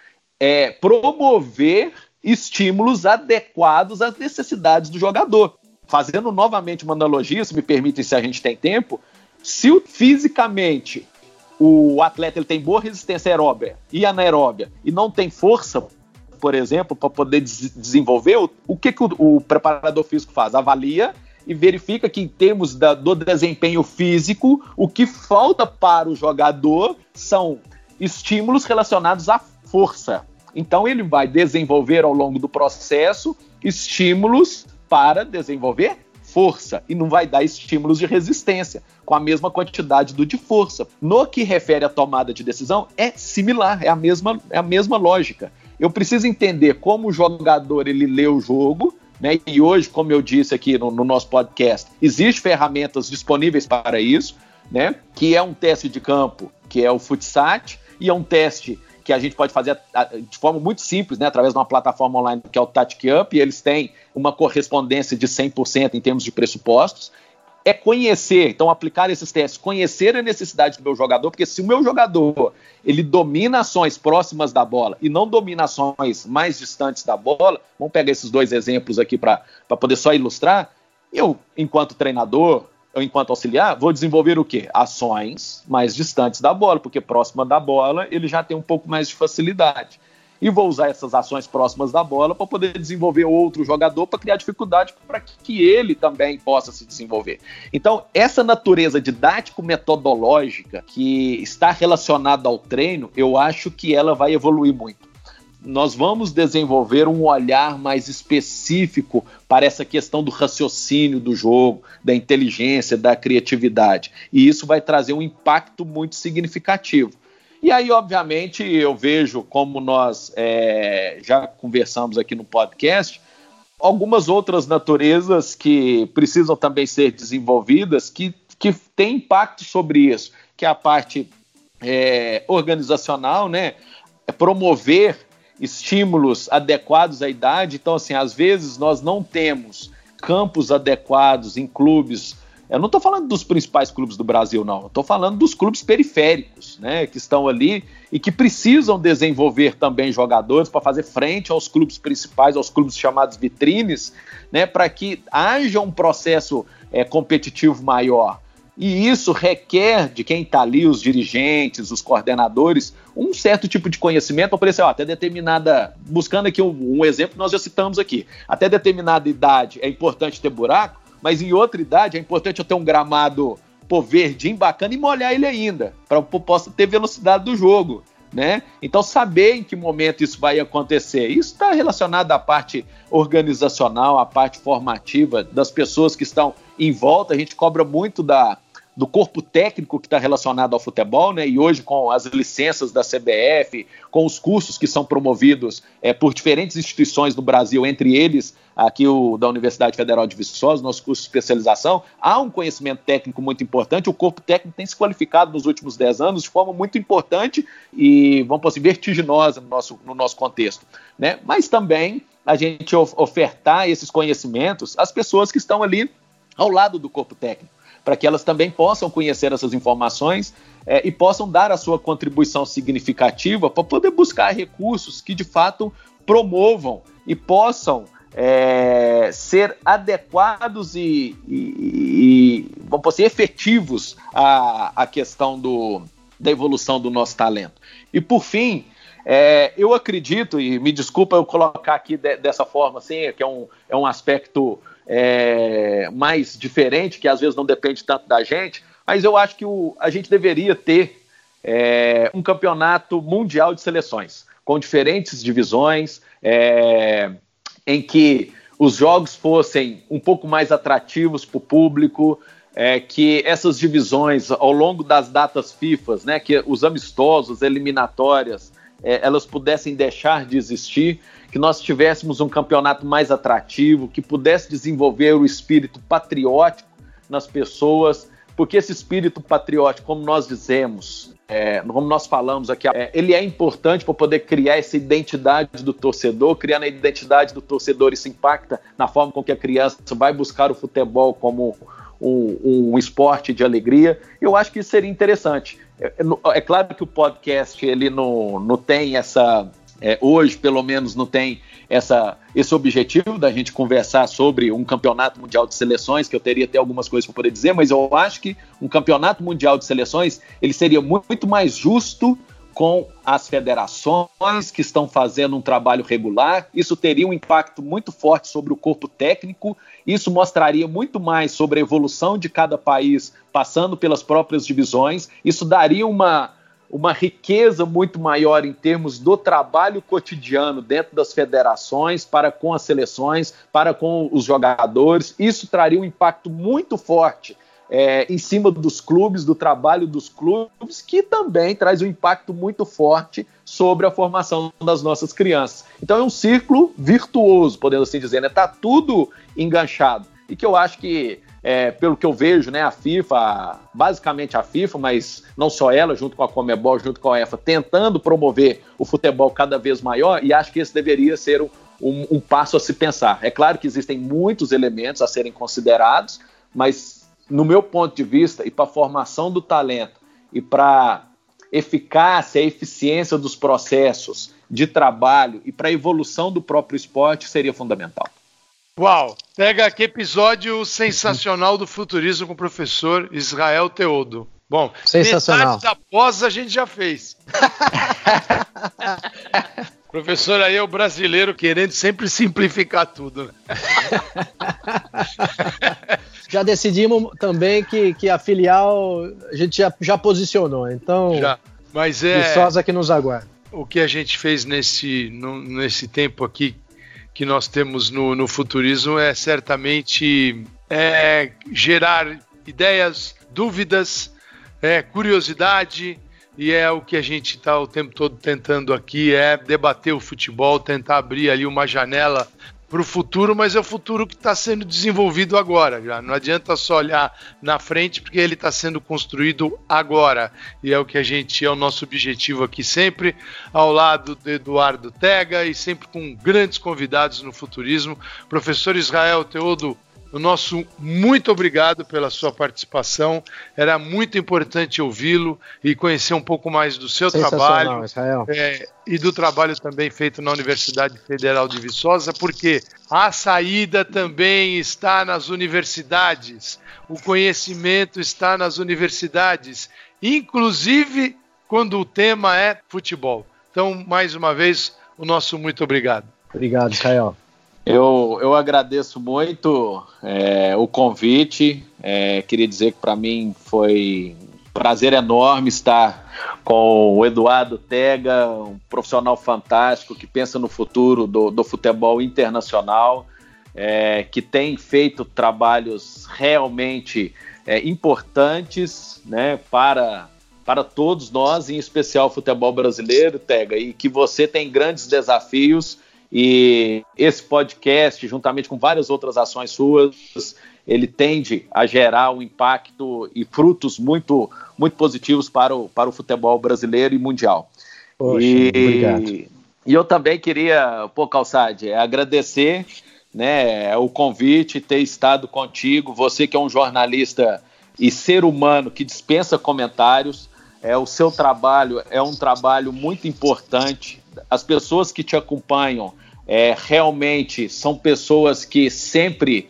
promover estímulos adequados às necessidades do jogador. Fazendo novamente uma analogia, se me permitem, se a gente tem tempo, se fisicamente o atleta ele tem boa resistência aeróbia e anaeróbia e não tem força, por exemplo, para poder desenvolver, o que o preparador físico faz? Avalia e verifica que em termos do desempenho físico, o que falta para o jogador são estímulos relacionados à força. Então ele vai desenvolver ao longo do processo estímulos para desenvolver força e não vai dar estímulos de resistência com a mesma quantidade de força. No que refere à tomada de decisão, é similar, é a mesma lógica. Eu preciso entender como o jogador ele lê o jogo, né? E hoje, como eu disse aqui no nosso podcast, existem ferramentas disponíveis para isso, né? Que é um teste de campo, que é o Futsat, e é um teste que a gente pode fazer de forma muito simples, né, através de uma plataforma online que é o TacticUp, e eles têm uma correspondência de 100% em termos de pressupostos, é conhecer, então aplicar esses testes, conhecer a necessidade do meu jogador, porque se o meu jogador ele domina ações próximas da bola e não domina ações mais distantes da bola, vamos pegar esses dois exemplos aqui para poder só ilustrar, eu, enquanto treinador, eu, enquanto auxiliar, vou desenvolver o quê? Ações mais distantes da bola, porque próxima da bola ele já tem um pouco mais de facilidade. E vou usar essas ações próximas da bola para poder desenvolver outro jogador, para criar dificuldade para que ele também possa se desenvolver. Então, essa natureza didático-metodológica que está relacionada ao treino, eu acho que ela vai evoluir muito. Nós vamos desenvolver um olhar mais específico para essa questão do raciocínio do jogo, da inteligência, da criatividade. E isso vai trazer um impacto muito significativo. E aí, obviamente, eu vejo, como nós já conversamos aqui no podcast, algumas outras naturezas que precisam também ser desenvolvidas, que têm impacto sobre isso, que é a parte organizacional, né? Promover estímulos adequados à idade. Então, assim, às vezes nós não temos campos adequados em clubes. Eu não estou falando dos principais clubes do Brasil, não. Estou falando dos clubes periféricos, né, que estão ali e que precisam desenvolver também jogadores para fazer frente aos clubes principais, aos clubes chamados vitrines, né, para que haja um processo competitivo maior. E isso requer de quem está ali, os dirigentes, os coordenadores, um certo tipo de conhecimento para poder ser, até determinada, buscando aqui um exemplo que nós já citamos aqui, até determinada idade é importante ter buraco, mas em outra idade é importante eu ter um gramado verdinho, bacana, e molhar ele ainda, para eu possa ter velocidade do jogo, né? Então, saber em que momento isso vai acontecer, isso está relacionado à parte organizacional, à parte formativa das pessoas que estão em volta. A gente cobra muito do corpo técnico que está relacionado ao futebol, né? E hoje, com as licenças da CBF, com os cursos que são promovidos por diferentes instituições do Brasil, entre eles aqui o da Universidade Federal de Viçosa, nosso curso de especialização, há um conhecimento técnico muito importante. O corpo técnico tem se qualificado nos últimos 10 anos de forma muito importante e, vamos dizer, vertiginosa no nosso contexto, né? Mas também a gente ofertar esses conhecimentos às pessoas que estão ali ao lado do corpo técnico, para que elas também possam conhecer essas informações e possam dar a sua contribuição significativa para poder buscar recursos que, de fato, promovam e possam ser adequados e vamos dizer, efetivos à questão da evolução do nosso talento. E, por fim, eu acredito, e me desculpa eu colocar aqui dessa forma, assim, que é um aspecto mais diferente, que às vezes não depende tanto da gente, mas eu acho que a gente deveria ter um campeonato mundial de seleções, com diferentes divisões, em que os jogos fossem um pouco mais atrativos para o público, que essas divisões, ao longo das datas FIFA, né, que os amistosos, eliminatórias, elas pudessem deixar de existir, que nós tivéssemos um campeonato mais atrativo, que pudesse desenvolver o espírito patriótico nas pessoas, porque esse espírito patriótico, como nós dizemos, como nós falamos aqui, ele é importante para poder criar essa identidade do torcedor. Criando a identidade do torcedor, isso impacta na forma com que a criança vai buscar o futebol como um esporte de alegria. Eu acho que isso seria interessante. É claro que o podcast ele não tem essa... hoje, pelo menos, não tem esse objetivo da gente conversar sobre um campeonato mundial de seleções, que eu teria até algumas coisas para poder dizer, mas eu acho que um campeonato mundial de seleções ele seria muito mais justo com as federações que estão fazendo um trabalho regular. Isso teria um impacto muito forte sobre o corpo técnico, isso mostraria muito mais sobre a evolução de cada país passando pelas próprias divisões, isso daria uma riqueza muito maior em termos do trabalho cotidiano dentro das federações, para com as seleções, para com os jogadores. Isso traria um impacto muito forte em cima dos clubes, do trabalho dos clubes, que também traz um impacto muito forte sobre a formação das nossas crianças. Então é um círculo virtuoso, podemos assim dizer, né? Tá tudo enganchado. E que eu acho que pelo que eu vejo, né, a FIFA, basicamente a FIFA, mas não só ela, junto com a Conmebol, junto com a UEFA, tentando promover o futebol cada vez maior, e acho que esse deveria ser um passo a se pensar. É claro que existem muitos elementos a serem considerados, mas no meu ponto de vista, e para a formação do talento, e para eficácia e eficiência dos processos de trabalho e para a evolução do próprio esporte, seria fundamental. Uau! Pega aqui episódio sensacional do futurismo com o professor Israel Teodo. Bom, sensacional. Metade da pós a gente já fez. Professor aí é o brasileiro querendo sempre simplificar tudo, né? Já decidimos também que a filial a gente já posicionou, então já. Mas Viçosa que nos aguarda. O que a gente fez nesse tempo aqui que nós temos no futurismo é certamente gerar ideias, dúvidas, curiosidade, e é o que a gente está o tempo todo tentando aqui, debater o futebol, tentar abrir ali uma janela para o futuro, mas é o futuro que está sendo desenvolvido agora. Já não adianta só olhar na frente, porque ele está sendo construído agora. E é o que é o nosso objetivo aqui sempre, ao lado do Eduardo Tega e sempre com grandes convidados no futurismo. Professor Israel Teodo, o nosso muito obrigado pela sua participação. Era muito importante ouvi-lo e conhecer um pouco mais do seu trabalho e do trabalho também feito na Universidade Federal de Viçosa, porque a saída também está nas universidades, o conhecimento está nas universidades, inclusive quando o tema é futebol. Então, mais uma vez, o nosso muito obrigado. Obrigado, Israel. Eu agradeço muito o convite, queria dizer que para mim foi um prazer enorme estar com o Eduardo Tega, um profissional fantástico que pensa no futuro do futebol internacional, que tem feito trabalhos realmente importantes, né, para todos nós, em especial o futebol brasileiro, Tega, e que você tem grandes desafios. E esse podcast, juntamente com várias outras ações suas, ele tende a gerar um impacto e frutos muito, muito positivos para o futebol brasileiro e mundial. Poxa, obrigado. E eu também queria, Calçade, agradecer, né, o convite, ter estado contigo, você que é um jornalista e ser humano que dispensa comentários, o seu trabalho é um trabalho muito importante. As pessoas que te acompanham realmente são pessoas que sempre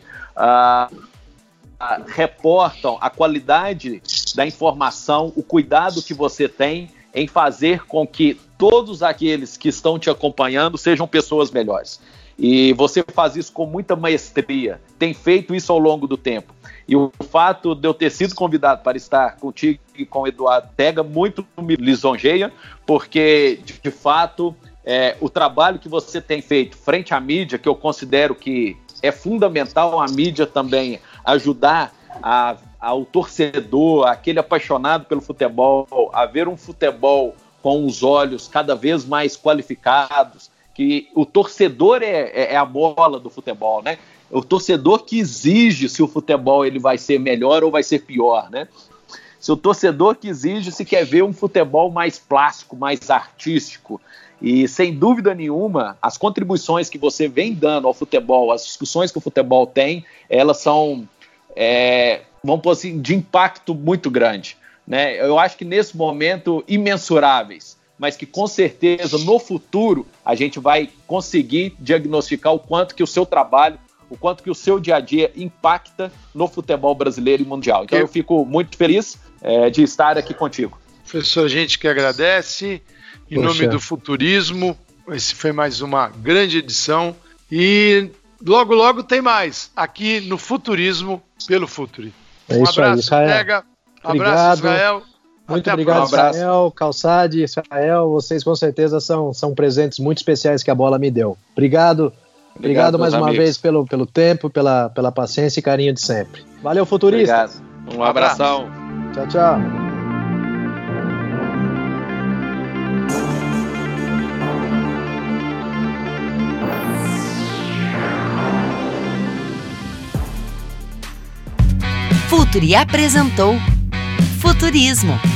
reportam a qualidade da informação, o cuidado que você tem em fazer com que todos aqueles que estão te acompanhando sejam pessoas melhores. E você faz isso com muita maestria, tem feito isso ao longo do tempo. E o fato de eu ter sido convidado para estar contigo e com o Eduardo Tega muito me lisonjeia, porque, de fato, o trabalho que você tem feito frente à mídia, que eu considero que é fundamental a mídia também ajudar ao torcedor, aquele apaixonado pelo futebol, a ver um futebol com os olhos cada vez mais qualificados, que o torcedor é a bola do futebol, né? O torcedor que exige se o futebol ele vai ser melhor ou vai ser pior, né? Se o torcedor que exige se quer ver um futebol mais plástico, mais artístico. E, sem dúvida nenhuma, as contribuições que você vem dando ao futebol, as discussões que o futebol tem, elas são, vamos pôr assim, de impacto muito grande, né? Eu acho que nesse momento, imensuráveis, mas que com certeza no futuro a gente vai conseguir diagnosticar o quanto que o seu trabalho, o quanto que o seu dia a dia impacta no futebol brasileiro e mundial. Então eu fico muito feliz de estar aqui contigo. Professor, a gente que agradece, em nome do futurismo, esse foi mais uma grande edição e logo logo tem mais aqui no Futurismo pelo Futuri. Um abraço, Tega. Abraço, Israel. Muito obrigado, Israel, Calçade, Israel, vocês com certeza são presentes muito especiais que a bola me deu. Obrigado mais uma vez pelo tempo, pela paciência e carinho de sempre. Valeu, futurista. Obrigado. Um abração. Tchau, tchau. Futuri apresentou Futurismo.